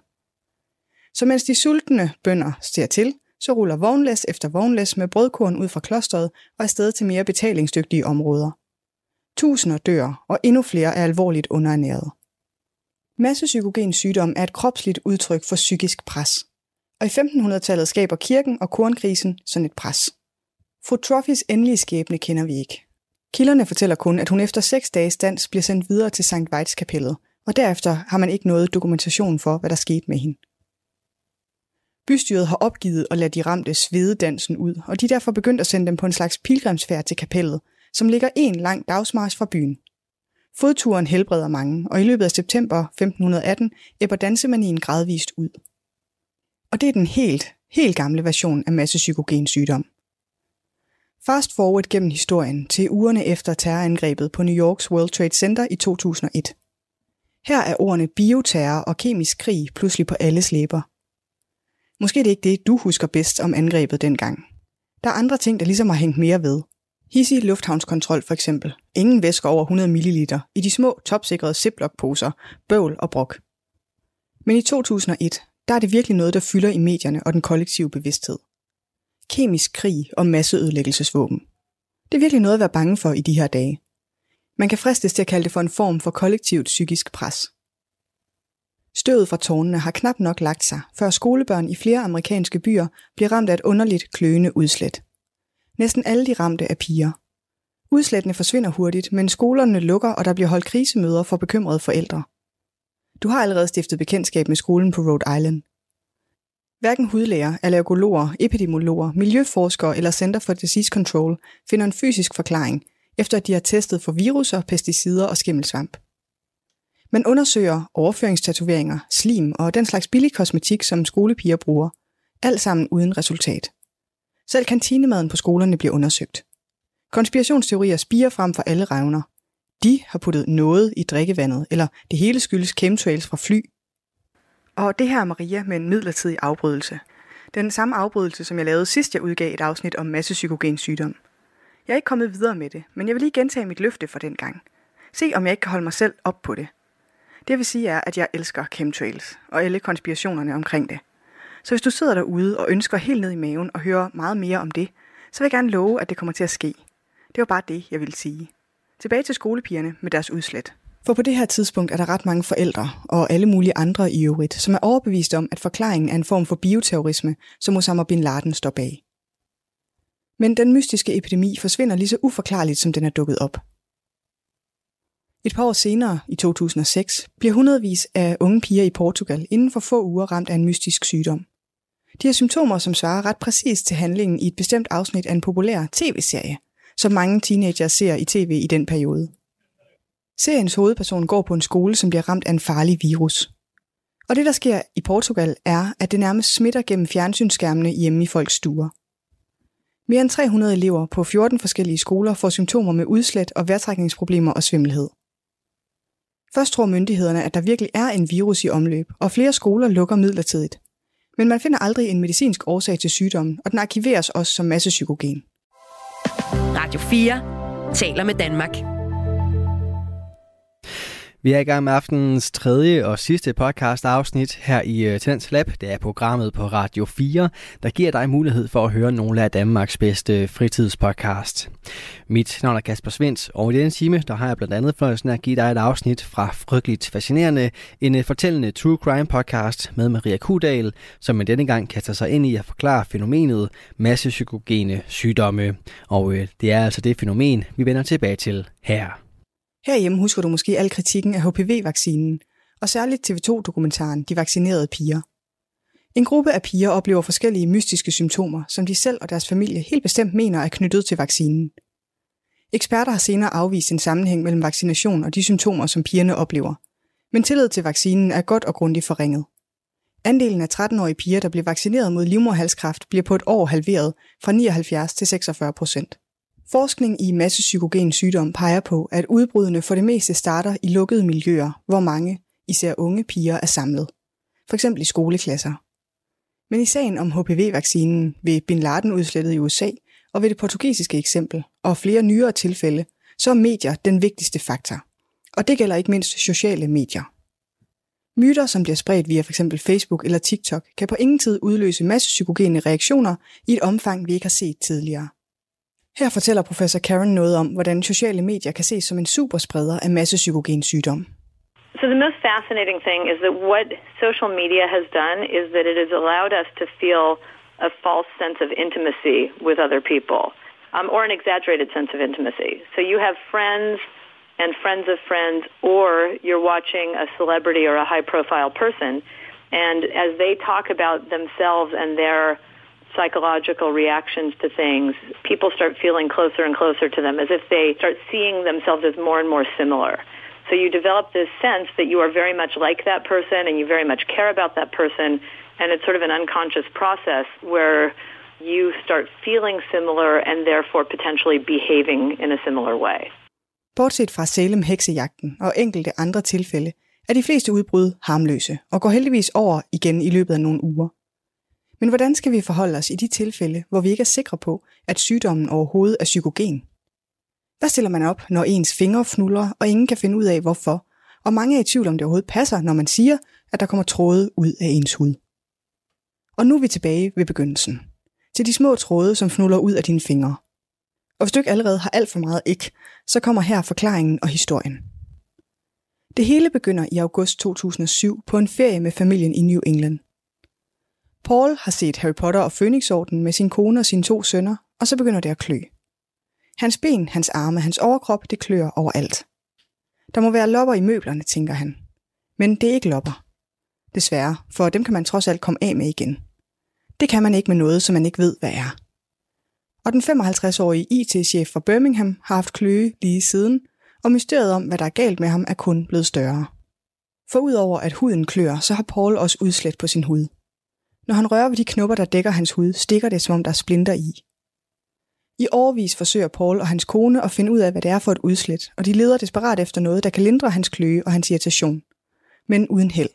Så mens de sultne bønder ser til, så ruller vognlæs efter vognlæs med brødkorn ud fra klostret og afsted til mere betalingsdygtige områder. Tusinder dør, og endnu flere er alvorligt underernæret. Massepsykogen sygdom er et kropsligt udtryk for psykisk pres. Og i 1500-tallet skaber kirken og kornkrisen sådan et pres. Fru Truffys endelige skæbne kender vi ikke. Kilderne fortæller kun, at hun efter 6 dages dans bliver sendt videre til St. Vites kapellet, og derefter har man ikke noget dokumentation for, hvad der skete med hende. Bystyret har opgivet at lade de ramte svede dansen ud, og de er derfor begyndt at sende dem på en slags pilgrimsfærd til kapellet, som ligger en lang dagsmarch fra byen. Fodturen helbreder mange, og i løbet af september 1518 ebber dansemanien gradvist ud. Og det er den helt gamle version af massepsykogen sygdom. Fast forward gennem historien til ugerne efter terrorangrebet på New Yorks World Trade Center i 2001. Her er ordene bioterror og kemisk krig pludselig på alles læber. Måske er det ikke det, du husker bedst om angrebet dengang. Der er andre ting, der ligesom har hængt mere ved. Hissig lufthavnskontrol for eksempel. Ingen væsker over 100 ml i de små, topsikrede Ziploc-poser, bøvl og brok. Men i 2001, der er det virkelig noget, der fylder i medierne og den kollektive bevidsthed. Kemisk krig og masseødelæggelsesvåben. Det er virkelig noget at være bange for i de her dage. Man kan fristes til at kalde det for en form for kollektivt psykisk pres. Støvet fra tårnene har knap nok lagt sig, før skolebørn i flere amerikanske byer bliver ramt af et underligt kløende udslæt. Næsten alle de ramte er piger. Udslættene forsvinder hurtigt, men skolerne lukker, og der bliver holdt krisemøder for bekymrede forældre. Du har allerede stiftet bekendtskab med skolen på Rhode Island. Hverken hudlæger, allergologer, epidemiologer, miljøforskere eller Center for Disease Control finder en fysisk forklaring, efter at de har testet for viruser, pesticider og skimmelsvamp. Man undersøger overføringstatoveringer, slim og den slags billig kosmetik, som skolepiger bruger. Alt sammen uden resultat. Selv kantinemaden på skolerne bliver undersøgt. Konspirationsteorier spirer frem for alle revner. De har puttet noget i drikkevandet, eller det hele skyldes chemtrails fra fly. Og det her er Maria med en midlertidig afbrydelse. Den samme afbrydelse, som jeg lavede sidst jeg udgav et afsnit om massepsykogen sygdom. Jeg er ikke kommet videre med det, men jeg vil lige gentage mit løfte for den gang. Se om jeg ikke kan holde mig selv op på det. Det vil sige er, at jeg elsker chemtrails og alle konspirationerne omkring det. Så hvis du sidder derude og ønsker helt ned i maven og hører meget mere om det, så vil jeg gerne love, at det kommer til at ske. Det var bare det, jeg ville sige. Tilbage til skolepigerne med deres udslæt. For på det her tidspunkt er der ret mange forældre og alle mulige andre i øvrigt, som er overbevist om, at forklaringen er en form for bioterrorisme, som Osama bin Laden står bag. Men den mystiske epidemi forsvinder lige så uforklarligt, som den er dukket op. Et par år senere, i 2006, bliver hundredvis af unge piger i Portugal inden for få uger ramt af en mystisk sygdom. De har symptomer, som svarer ret præcist til handlingen i et bestemt afsnit af en populær tv-serie, som mange teenager ser i tv i den periode. Seriens hovedperson går på en skole, som bliver ramt af en farlig virus. Og det, der sker i Portugal, er, at det nærmest smitter gennem fjernsynsskærmene hjemme i folks stuer. Mere end 300 elever på 14 forskellige skoler får symptomer med udslæt og vejrtrækningsproblemer og svimmelhed. Først tror myndighederne, at der virkelig er en virus i omløb, og flere skoler lukker midlertidigt. Men man finder aldrig en medicinsk årsag til sygdommen, og den arkiveres også som massepsykogen. Radio 4 taler med Danmark. Vi er i gang med aftenens tredje og sidste podcast-afsnit her i Tens Lab. Det er programmet på Radio 4, der giver dig mulighed for at høre nogle af Danmarks bedste fritidspodcast. Mit navn er Kasper Svens, og i denne time der har jeg blandt andet fornøjelsen at give dig et afsnit fra Frygteligt Fascinerende, en fortællende true crime podcast med Maria Kudal, som man denne gang kaster sig ind i at forklare fænomenet massepsykogene sygdomme. Og det er altså det fænomen, vi vender tilbage til her. Herhjemme husker du måske al kritikken af HPV-vaccinen, og særligt TV2-dokumentaren De Vaccinerede Piger. En gruppe af piger oplever forskellige mystiske symptomer, som de selv og deres familie helt bestemt mener er knyttet til vaccinen. Eksperter har senere afvist en sammenhæng mellem vaccination og de symptomer, som pigerne oplever. Men tillid til vaccinen er godt og grundigt forringet. Andelen af 13-årige piger, der bliver vaccineret mod livmoderhalskræft, bliver på et år halveret fra 79 til 46%. Forskning i massepsykogen sygdom peger på, at udbruddene for det meste starter i lukkede miljøer, hvor mange, især unge piger, er samlet. F.eks. i skoleklasser. Men i sagen om HPV-vaccinen ved Bin Laden-udslettet i USA og ved det portugisiske eksempel og flere nyere tilfælde, så er medier den vigtigste faktor. Og det gælder ikke mindst sociale medier. Myter, som bliver spredt via f.eks. Facebook eller TikTok, kan på ingen tid udløse massepsykogene reaktioner i et omfang, vi ikke har set tidligere. Her fortæller professor Karen noget om, hvordan sociale medier kan ses som en superspreder af massepsykogen sygdom. So the most fascinating thing is that what social media has done is that it has allowed us to feel a false sense of intimacy with other people, or an exaggerated sense of intimacy. So you have friends and friends of friends, or you're watching a celebrity or a high-profile person, and as they talk about themselves and their psychological reactions to things, people start feeling closer and closer to them, as if they start seeing themselves as more and more similar. So you develop this sense that you are very much like that person and you very much care about that person, and it's sort of an unconscious process where you start feeling similar and therefore potentially behaving in a similar way. Bortset fra Salem heksejagten og enkelte andre tilfælde, er de fleste udbrud harmløse og går heldigvis over igen i løbet af nogle uger. Men hvordan skal vi forholde os i de tilfælde, hvor vi ikke er sikre på, at sygdommen overhovedet er psykogen? Hvad stiller man op, når ens fingre fnuller, og ingen kan finde ud af hvorfor, og mange er i tvivl om det overhovedet passer, når man siger, at der kommer tråde ud af ens hud? Og nu er vi tilbage ved begyndelsen. Til de små tråde, som fnuller ud af dine fingre. Og hvis du ikke allerede har alt for meget æg, så kommer her forklaringen og historien. Det hele begynder i august 2007 på en ferie med familien i New England. Paul har set Harry Potter og Fønixorden med sin kone og sine 2 sønner, og så begynder det at klø. Hans ben, hans arme, hans overkrop, det klør overalt. Der må være lopper i møblerne, tænker han. Men det er ikke lopper. Desværre, for dem kan man trods alt komme af med igen. Det kan man ikke med noget, som man ikke ved, hvad er. Og den 55-årige IT-chef fra Birmingham har haft kløe lige siden, og mysteriet om, hvad der er galt med ham, er kun blevet større. For udover at huden klør, så har Paul også udslæt på sin hud. Når han rører ved de knopper, der dækker hans hud, stikker det, som om der er splinter i. I årevis forsøger Paul og hans kone at finde ud af, hvad det er for et udslæt, og de leder desperat efter noget, der kan lindre hans kløe og hans irritation. Men uden held.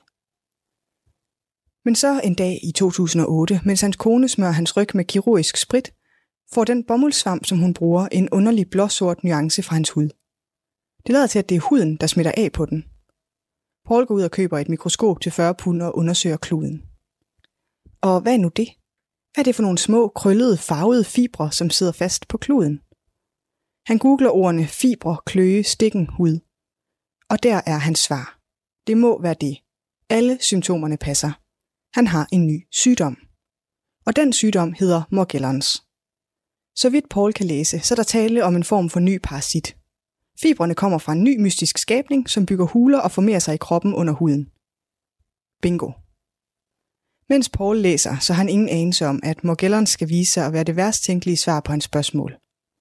Men så en dag i 2008, mens hans kone smører hans ryg med kirurgisk sprit, får den bomuldssvamp, som hun bruger, en underlig blåsort nuance fra hans hud. Det lader til, at det er huden, der smitter af på den. Paul går ud og køber et mikroskop til 40 pund og undersøger kluden. Og hvad er nu det? Hvad er det for nogle små, krøllede, farvede fibre, som sidder fast på kluden? Han googler ordene fibre, kløe, stikken, hud. Og der er hans svar. Det må være det. Alle symptomerne passer. Han har en ny sygdom. Og den sygdom hedder Morgellons. Så vidt Paul kan læse, så er der tale om en form for ny parasit. Fibrene kommer fra en ny mystisk skabning, som bygger huler og formerer sig i kroppen under huden. Bingo. Mens Paul læser, så har han ingen anelse om, at Morgellons skal vise sig at være det værst tænkelige svar på hans spørgsmål.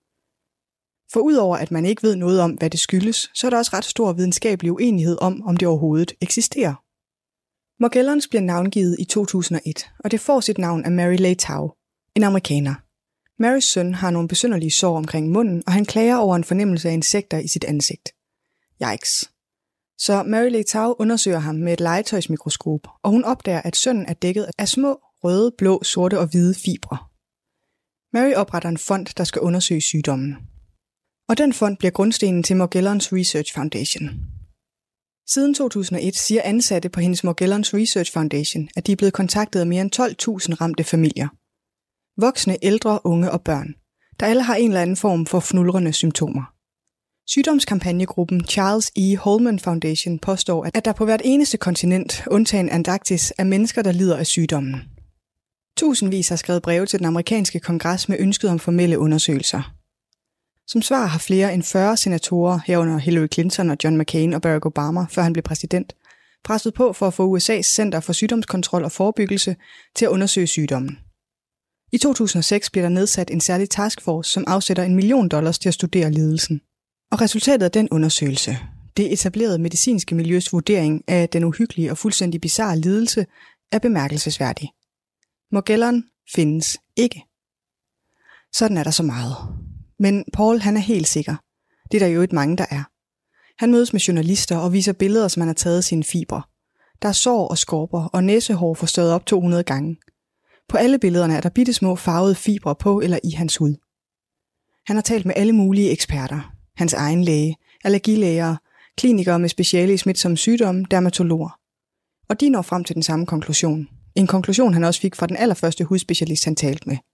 For udover at man ikke ved noget om, hvad det skyldes, så er der også ret stor videnskabelig uenighed om det overhovedet eksisterer. Morgellons bliver navngivet i 2001, og det får sit navn af Mary Leitao, en amerikaner. Marys søn har nogle besynderlige sår omkring munden, og han klager over en fornemmelse af insekter i sit ansigt. Yikes. Så Mary Leitao undersøger ham med et legetøjsmikroskop, og hun opdager, at sønnen er dækket af små, røde, blå, sorte og hvide fibre. Mary opretter en fond, der skal undersøge sygdommen. Og den fond bliver grundstenen til Morgellons Research Foundation. Siden 2001 siger ansatte på hendes Morgellons Research Foundation, at de er blevet kontaktet af mere end 12.000 ramte familier. Voksne, ældre, unge og børn, der alle har en eller anden form for fnulrende symptomer. Sygdomskampagnegruppen Charles E. Holman Foundation påstår, at der på hvert eneste kontinent, undtagen Antarktis, er mennesker, der lider af sygdommen. Tusindvis har skrevet breve til den amerikanske kongres med ønsket om formelle undersøgelser. Som svar har flere end 40 senatorer, herunder Hillary Clinton og John McCain og Barack Obama, før han blev præsident, presset på for at få USA's Center for Sygdomskontrol og Forebyggelse til at undersøge sygdommen. I 2006 bliver der nedsat en særlig taskforce, som afsætter $1 million til at studere lidelsen. Og resultatet af den undersøgelse, det etablerede medicinske miljøs vurdering af den uhyggelige og fuldstændig bizarre lidelse, er bemærkelsesværdig. Morgellon findes ikke. Sådan er der så meget. Men Paul, han er helt sikker. Det er der jo et mange, der er. Han mødes med journalister og viser billeder, som han har taget af sine fibre. Der er sår og skorper og næsehår forstørret op 200 gange. På alle billederne er der bittesmå farvede fibre på eller i hans hud. Han har talt med alle mulige eksperter. Hans egen læge, allergilæger, klinikere med speciale i smitsomme sygdomme, dermatologer. Og de når frem til den samme konklusion. En konklusion, han også fik fra den allerførste hudspecialist, han talte med.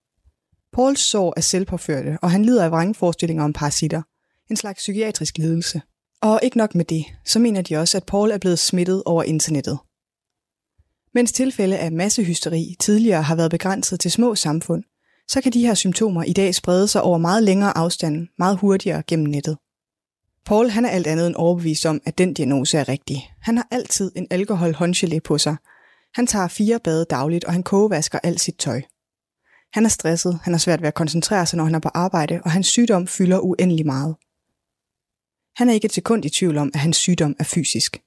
Pauls sår er selvpåførte, og han lider af vrangforestillinger om parasitter. En slags psykiatrisk lidelse. Og ikke nok med det, så mener de også, at Paul er blevet smittet over internettet. Mens tilfælde af massehysteri tidligere har været begrænset til små samfund, så kan de her symptomer i dag sprede sig over meget længere afstand, meget hurtigere gennem nettet. Paul, han er alt andet end overbevist om, at den diagnose er rigtig. Han har altid en alkohol-håndgelé på sig. Han tager 4 bade dagligt, og han kogevasker alt sit tøj. Han er stresset, han har svært ved at koncentrere sig, når han er på arbejde, og hans sygdom fylder uendelig meget. Han er ikke et sekund i tvivl om, at hans sygdom er fysisk.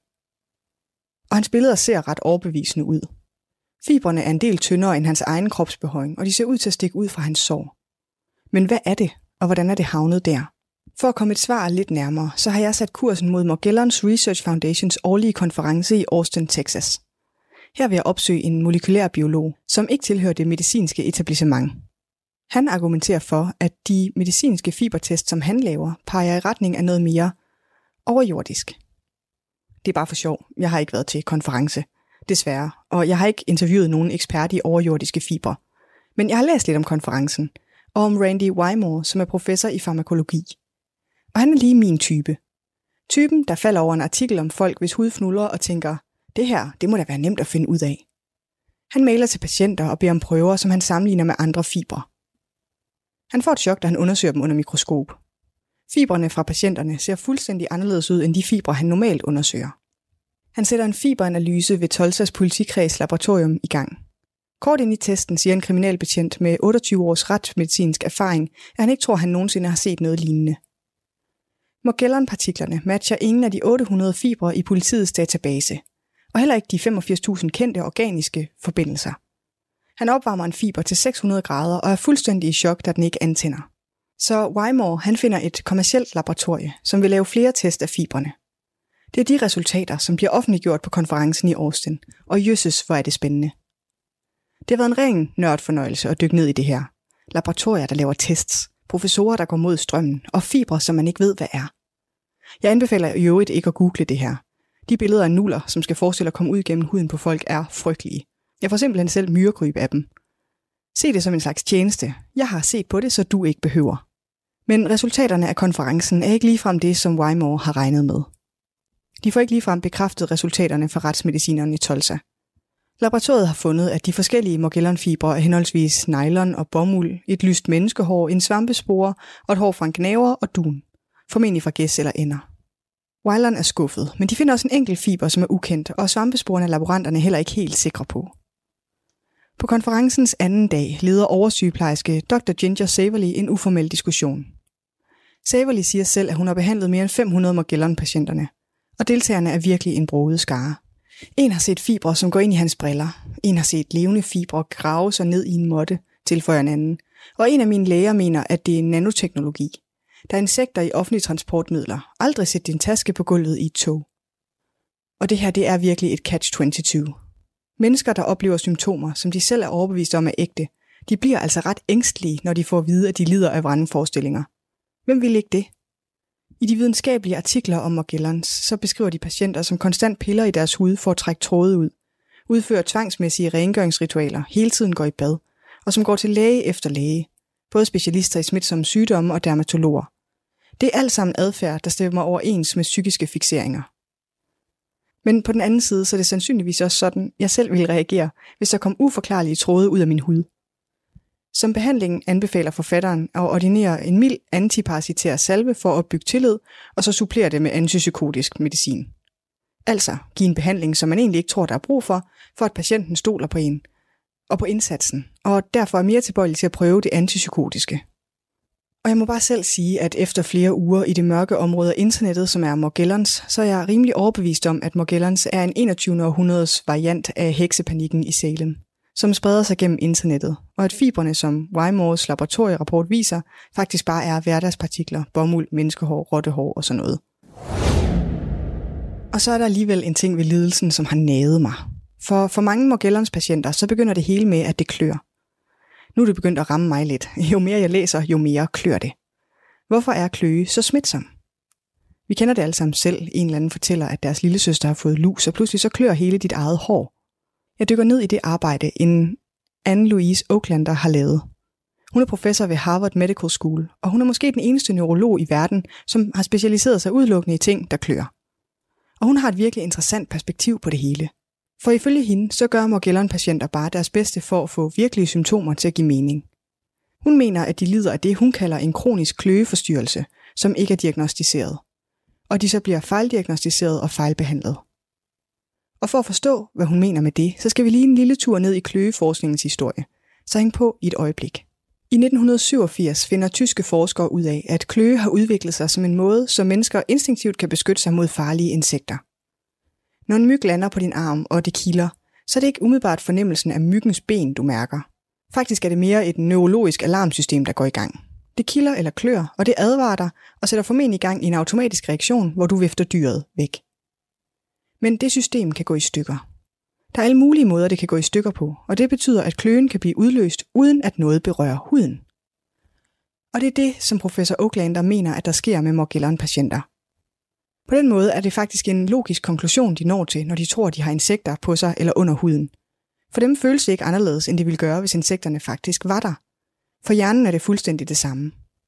Og hans billeder ser ret overbevisende ud. Fibrene er en del tyndere end hans egen kropsbehøjning, og de ser ud til at stikke ud fra hans sår. Men hvad er det, og hvordan er det havnet der? For at komme et svar lidt nærmere, så har jeg sat kursen mod Morgellons Research Foundations årlige konference i Austin, Texas. Her vil jeg opsøge en molekylær biolog, som ikke tilhører det medicinske etablissement. Han argumenterer for, at de medicinske fibertests, som han laver, peger i retning af noget mere overjordisk. Det er bare for sjov. Jeg har ikke været til konference, desværre, og jeg har ikke interviewet nogen ekspert i overjordiske fibre. Men jeg har læst lidt om konferencen, og om Randy Wymore, som er professor i farmakologi. Og han er lige min type. Typen, der falder over en artikel om folk, hvis hud fnuller og tænker, det her, det må da være nemt at finde ud af. Han mailer til patienter og beder om prøver, som han sammenligner med andre fibre. Han får et chok, da han undersøger dem under mikroskop. Fibrene fra patienterne ser fuldstændig anderledes ud end de fibre, han normalt undersøger. Han sætter en fiberanalyse ved Tulsas politikreds laboratorium i gang. Kort ind i testen siger en kriminalbetjent med 28 års retsmedicinsk erfaring, at han ikke tror, han nogensinde har set noget lignende. Morgellon-partiklerne matcher ingen af de 800 fibre i politiets database, og heller ikke de 85.000 kendte organiske forbindelser. Han opvarmer en fiber til 600 grader og er fuldstændig i chok, da den ikke antænder. Så Wymore han finder et kommercielt laboratorie, som vil lave flere test af fibrene. Det er de resultater, som bliver offentliggjort på konferencen i Austin, og jøsses, hvor er det spændende. Det har været en ren nørdfornøjelse at dykke ned i det her. Laboratorier, der laver tests, professorer, der går mod strømmen, og fibre, som man ikke ved, hvad er. Jeg anbefaler i øvrigt ikke at google det her. De billeder af nuller, som skal forestille at komme ud gennem huden på folk, er frygtelige. Jeg får simpelthen selv myrekryb af dem. Se det som en slags tjeneste. Jeg har set på det, så du ikke behøver. Men resultaterne af konferencen er ikke ligefrem det, som Wymore har regnet med. De får ikke ligefrem bekræftet resultaterne fra retsmedicineren i Tulsa. Laboratoriet har fundet, at de forskellige Morgellon-fibre er henholdsvis nylon og bomuld, et lyst menneskehår, en svampespore og et hår fra en gnaver og dun. Formentlig fra gæs eller ender. Wylon er skuffet, men de finder også en enkelt fiber, som er ukendt, og svampesporene er laboranterne heller ikke helt sikre på. På konferencens anden dag leder oversygeplejerske Dr. Ginger Saverly en uformel diskussion. Saverly siger selv, at hun har behandlet mere end 500 Morgellon-patienterne, og deltagerne er virkelig en broget skare. En har set fibre, som går ind i hans briller. En har set levende fibre grave sig ned i en måtte, tilføjer en anden. Og en af mine læger mener, at det er nanoteknologi. Der er insekter i offentlige transportmidler. Aldrig sæt din taske på gulvet i et tog. Og det her, det er virkelig et catch-22. Mennesker, der oplever symptomer, som de selv er overbevist om er ægte, de bliver altså ret ængstelige, når de får at vide, at de lider af vrangforestillinger. Hvem vil ikke det? I de videnskabelige artikler om Morgellons, så beskriver de patienter, som konstant piller i deres hud for at trække tråde ud, udfører tvangsmæssige rengøringsritualer, hele tiden går i bad, og som går til læge efter læge, både specialister i smitsomme sygdomme og dermatologer. Det er alt sammen adfærd, der stemmer overens med psykiske fikseringer. Men på den anden side, så er det sandsynligvis også sådan, jeg selv ville reagere, hvis der kom uforklarlige tråde ud af min hud. Som behandling anbefaler forfatteren at ordinere en mild antiparasitær salve for at opbygge tillid, og så supplere det med antipsykotisk medicin. Altså give en behandling, som man egentlig ikke tror, der er brug for at patienten stoler på en og på indsatsen, og derfor er mere tilbøjelig til at prøve det antipsykotiske. Og jeg må bare selv sige, at efter flere uger i det mørke område af internettet, som er Morgellons, så er jeg rimelig overbevist om, at Morgellons er en 21. århundredes variant af heksepanikken i Salem, som spreder sig gennem internettet, og at fibrene, som Wymores laboratorierapport viser, faktisk bare er hverdagspartikler, bomuld, menneskehår, rottehår og sådan noget. Og så er der alligevel en ting ved lidelsen, som har naget mig. For mange Morgellons patienter, så begynder det hele med, at det klør. Nu er det begyndt at ramme mig lidt. Jo mere jeg læser, jo mere klør det. Hvorfor er kløe så smitsom? Vi kender det alle sammen selv. En eller anden fortæller, at deres lillesøster har fået lus, og pludselig så klør hele dit eget hår. Jeg dykker ned i det arbejde, en Anne-Louise Oaklander har lavet. Hun er professor ved Harvard Medical School, og hun er måske den eneste neurolog i verden, som har specialiseret sig udelukkende i ting, der klør. Og hun har et virkelig interessant perspektiv på det hele. For ifølge hende, så gør Morgellon-patienter bare deres bedste for at få virkelige symptomer til at give mening. Hun mener, at de lider af det, hun kalder en kronisk kløeforstyrrelse, som ikke er diagnostiseret. Og de så bliver fejldiagnostiseret og fejlbehandlet. Og for at forstå, hvad hun mener med det, så skal vi lige en lille tur ned i kløeforskningens historie. Så hæng på i et øjeblik. I 1987 finder tyske forskere ud af, at kløe har udviklet sig som en måde, så mennesker instinktivt kan beskytte sig mod farlige insekter. Når en myg lander på din arm, og det kilder, så er det ikke umiddelbart fornemmelsen af myggens ben, du mærker. Faktisk er det mere et neurologisk alarmsystem, der går i gang. Det kilder eller klør, og det advarer dig og sætter formentlig i gang i en automatisk reaktion, hvor du vifter dyret væk. Men det system kan gå i stykker. Der er alle mulige måder, det kan gå i stykker på, og det betyder, at kløen kan blive udløst, uden at noget berører huden. Og det er det, som professor Oaklander mener, at der sker med Morgellon-patienter. På den måde er det faktisk en logisk konklusion, de når til, når de tror, de har insekter på sig eller under huden. For dem føles det ikke anderledes, end det ville gøre, hvis insekterne faktisk var der. For hjernen er det fuldstændig det samme.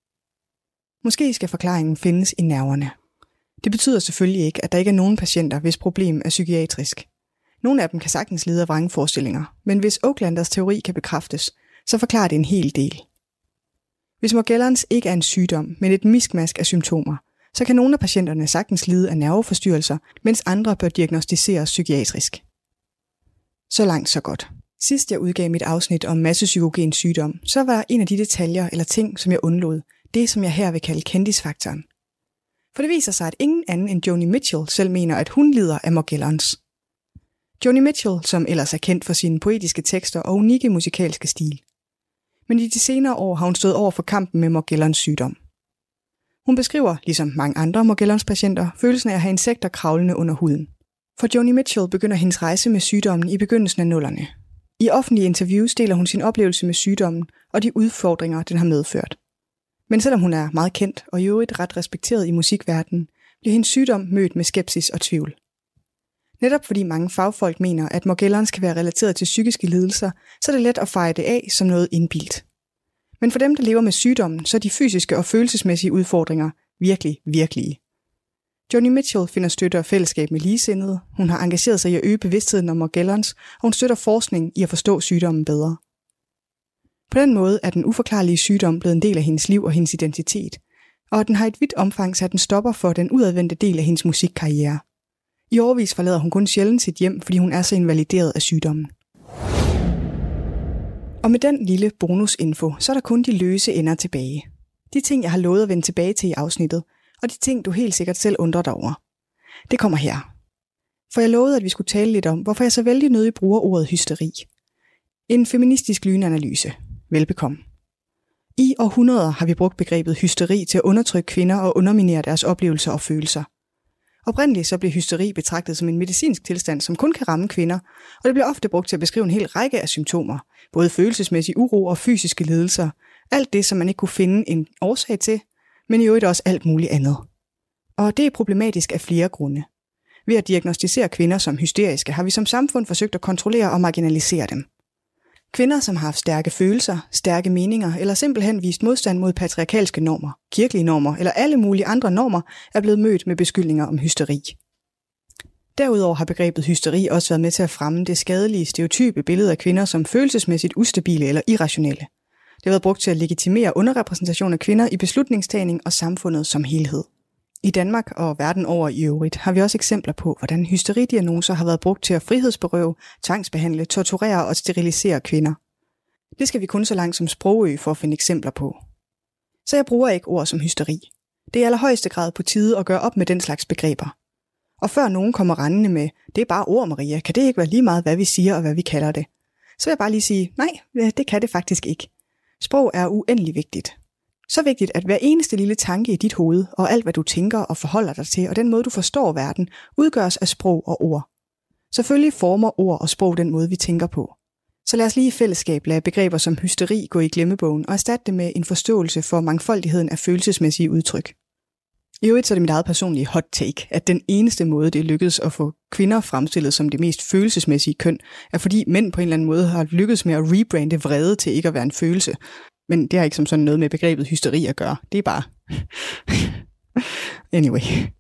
Måske skal forklaringen findes i nerverne. Det betyder selvfølgelig ikke, at der ikke er nogen patienter, hvis problem er psykiatrisk. Nogle af dem kan sagtens lide af vrangforestillinger, men hvis Oaklanders teori kan bekræftes, så forklarer det en hel del. Hvis Morgellons ikke er en sygdom, men et miskmask af symptomer, så kan nogle af patienterne sagtens lide af nerveforstyrrelser, mens andre bør diagnostiseres psykiatrisk. Så langt så godt. Sidst jeg udgav mit afsnit om massepsykogen sygdom, så var en af de detaljer eller ting, som jeg undlod, det som jeg her vil kalde kendisfaktoren. For det viser sig, at ingen anden end Joni Mitchell selv mener, at hun lider af Morgellons. Joni Mitchell, som ellers er kendt for sine poetiske tekster og unikke musikalske stil. Men i de senere år har hun stået over for kampen med Morgellons sygdom. Hun beskriver, ligesom mange andre Morgellons-patienter, følelsen af at have insekter kravlende under huden. For Joni Mitchell begynder hendes rejse med sygdommen i begyndelsen af nullerne. I offentlige interviews deler hun sin oplevelse med sygdommen og de udfordringer, den har medført. Men selvom hun er meget kendt og i øvrigt ret respekteret i musikverdenen, bliver hendes sygdom mødt med skepsis og tvivl. Netop fordi mange fagfolk mener, at Morgellons kan være relateret til psykiske lidelser, så er det let at feje det af som noget indbildt. Men for dem, der lever med sygdommen, så er de fysiske og følelsesmæssige udfordringer virkelig, virkelige. Joni Mitchell finder støtte og fællesskab med ligesindede, hun har engageret sig i at øge bevidstheden om Morgellons, og hun støtter forskning i at forstå sygdommen bedre. På den måde er den uforklarlige sygdom blevet en del af hendes liv og hendes identitet, og den har et vidt omfang sat en stopper for den udadvendte del af hendes musikkarriere. I årevis forlader hun kun sjældent sit hjem, fordi hun er så invalideret af sygdommen. Og med den lille bonusinfo, så er der kun de løse ender tilbage. De ting, jeg har lovet at vende tilbage til i afsnittet, og de ting, du helt sikkert selv undrer dig over. Det kommer her. For jeg lovede, at vi skulle tale lidt om, hvorfor jeg så vældig nødig bruger ordet hysteri. En feministisk lynanalyse. Velbekomme. I århundreder har vi brugt begrebet hysteri til at undertrykke kvinder og underminere deres oplevelser og følelser. Oprindeligt så bliver hysteri betragtet som en medicinsk tilstand, som kun kan ramme kvinder, og det bliver ofte brugt til at beskrive en hel række af symptomer, både følelsesmæssig uro og fysiske lidelser. Alt det, som man ikke kunne finde en årsag til, men i øvrigt også alt muligt andet. Og det er problematisk af flere grunde. Ved at diagnostisere kvinder som hysteriske, har vi som samfund forsøgt at kontrollere og marginalisere dem. Kvinder, som har haft stærke følelser, stærke meninger eller simpelthen vist modstand mod patriarkalske normer, kirkelige normer eller alle mulige andre normer, er blevet mødt med beskyldninger om hysteri. Derudover har begrebet hysteri også været med til at fremme det skadelige stereotype billede af kvinder som følelsesmæssigt ustabile eller irrationelle. Det har været brugt til at legitimere underrepræsentation af kvinder i beslutningstagning og samfundet som helhed. I Danmark og verden over i øvrigt har vi også eksempler på, hvordan hysteridiagnoser har været brugt til at frihedsberøve, tvangsbehandle, torturere og sterilisere kvinder. Det skal vi kun så langt som Sprogø for at finde eksempler på. Så jeg bruger ikke ord som hysteri. Det er i allerhøjeste grad på tide at gøre op med den slags begreber. Og før nogen kommer rendende med, det er bare ord, Maria, kan det ikke være lige meget, hvad vi siger og hvad vi kalder det? Så vil jeg bare lige sige, nej, det kan det faktisk ikke. Sprog er uendelig vigtigt. Så vigtigt, at hver eneste lille tanke i dit hoved, og alt hvad du tænker og forholder dig til, og den måde du forstår verden, udgøres af sprog og ord. Selvfølgelig former ord og sprog den måde, vi tænker på. Så lad os lige i fællesskab lade begreber som hysteri gå i glemmebogen og erstatte det med en forståelse for mangfoldigheden af følelsesmæssige udtryk. I øvrigt så er det mit eget personlige hot take, at den eneste måde, det lykkedes at få kvinder fremstillet som det mest følelsesmæssige køn, er fordi mænd på en eller anden måde har lykkedes med at rebrande vrede til ikke at være en følelse. Men det har ikke som sådan noget med begrebet hysteri at gøre. Det er bare... Anyway.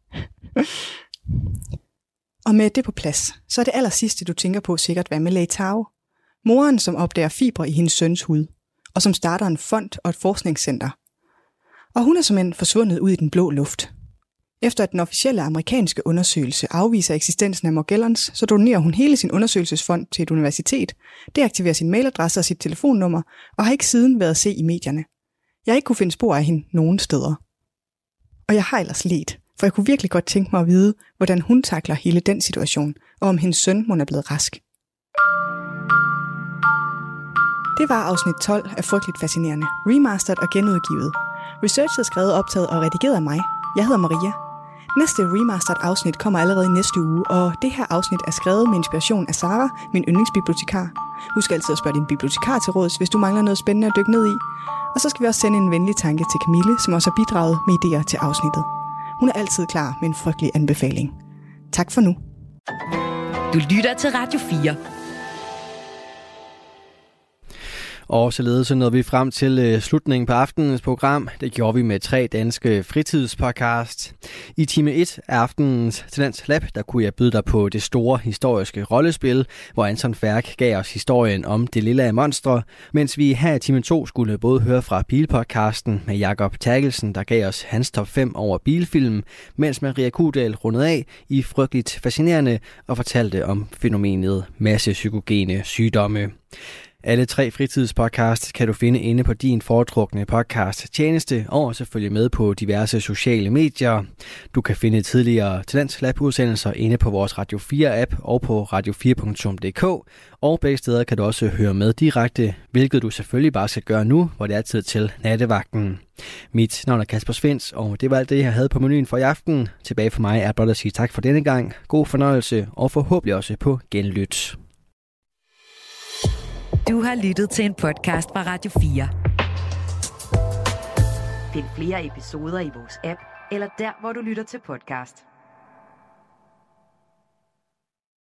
Og med det på plads, så er det allersidste, du tænker på sikkert være med Lei Tao. Moren, som opdager fibre i hendes søns hud, og som starter en fond og et forskningscenter. Og hun er simpelthen forsvundet ud i den blå luft. Efter at den officielle amerikanske undersøgelse afviser eksistensen af Morgellons, så donerer hun hele sin undersøgelsesfond til et universitet, deaktiverer sin mailadresse og sit telefonnummer, og har ikke siden været at se i medierne. Jeg har ikke kunne finde spor af hende nogen steder. Og jeg har ellers let, for jeg kunne virkelig godt tænke mig at vide, hvordan hun takler hele den situation, og om hendes søn må er blevet rask. Det var afsnit 12 af Frygteligt Fascinerende, remastered og genudgivet. Researchet skrevet, optaget og redigeret af mig. Jeg hedder Maria. Næste remastered afsnit kommer allerede i næste uge, og det her afsnit er skrevet med inspiration af Sara, min yndlingsbibliotekar. Husk altid at spørge din bibliotekar til råds, hvis du mangler noget spændende at dykke ned i. Og så skal vi også sende en venlig tanke til Camille, som også har bidraget med idéer til afsnittet. Hun er altid klar med en frygtelig anbefaling. Tak for nu. Du lytter til Radio 4. Og således så nåede vi frem til slutningen på aftenens program. Det gjorde vi med 3 danske fritidspodcast. I time 1 af aftenens Talents Lab, der kunne jeg byde dig på det store historiske rollespil, hvor Anton Færk gav os historien om det lille monstre, mens vi her i time 2 skulle både høre fra Bilpodcasten med Jakob Terkelsen, der gav os hans top 5 over bilfilm, mens Maria Kudal rundede af i Frygteligt Fascinerende og fortalte om fænomenet massepsykogene sygdomme. Alle 3 fritidspodcasts kan du finde inde på din foretrukne podcast-tjeneste og selvfølgelig med på diverse sociale medier. Du kan finde tidligere Talents Lab-udsendelser inde på vores Radio 4-app og på radio4.dk. Og begge steder kan du også høre med direkte, hvilket du selvfølgelig bare skal gøre nu, hvor det er tid til nattevagten. Mit navn er Kasper Svens, og det var alt det, jeg havde på menuen for i aften. Tilbage for mig er blot at sige tak for denne gang. God fornøjelse og forhåbentlig også på genlyt. Du har lyttet til en podcast fra Radio 4. Find flere episoder i vores app, eller der, hvor du lytter til podcast.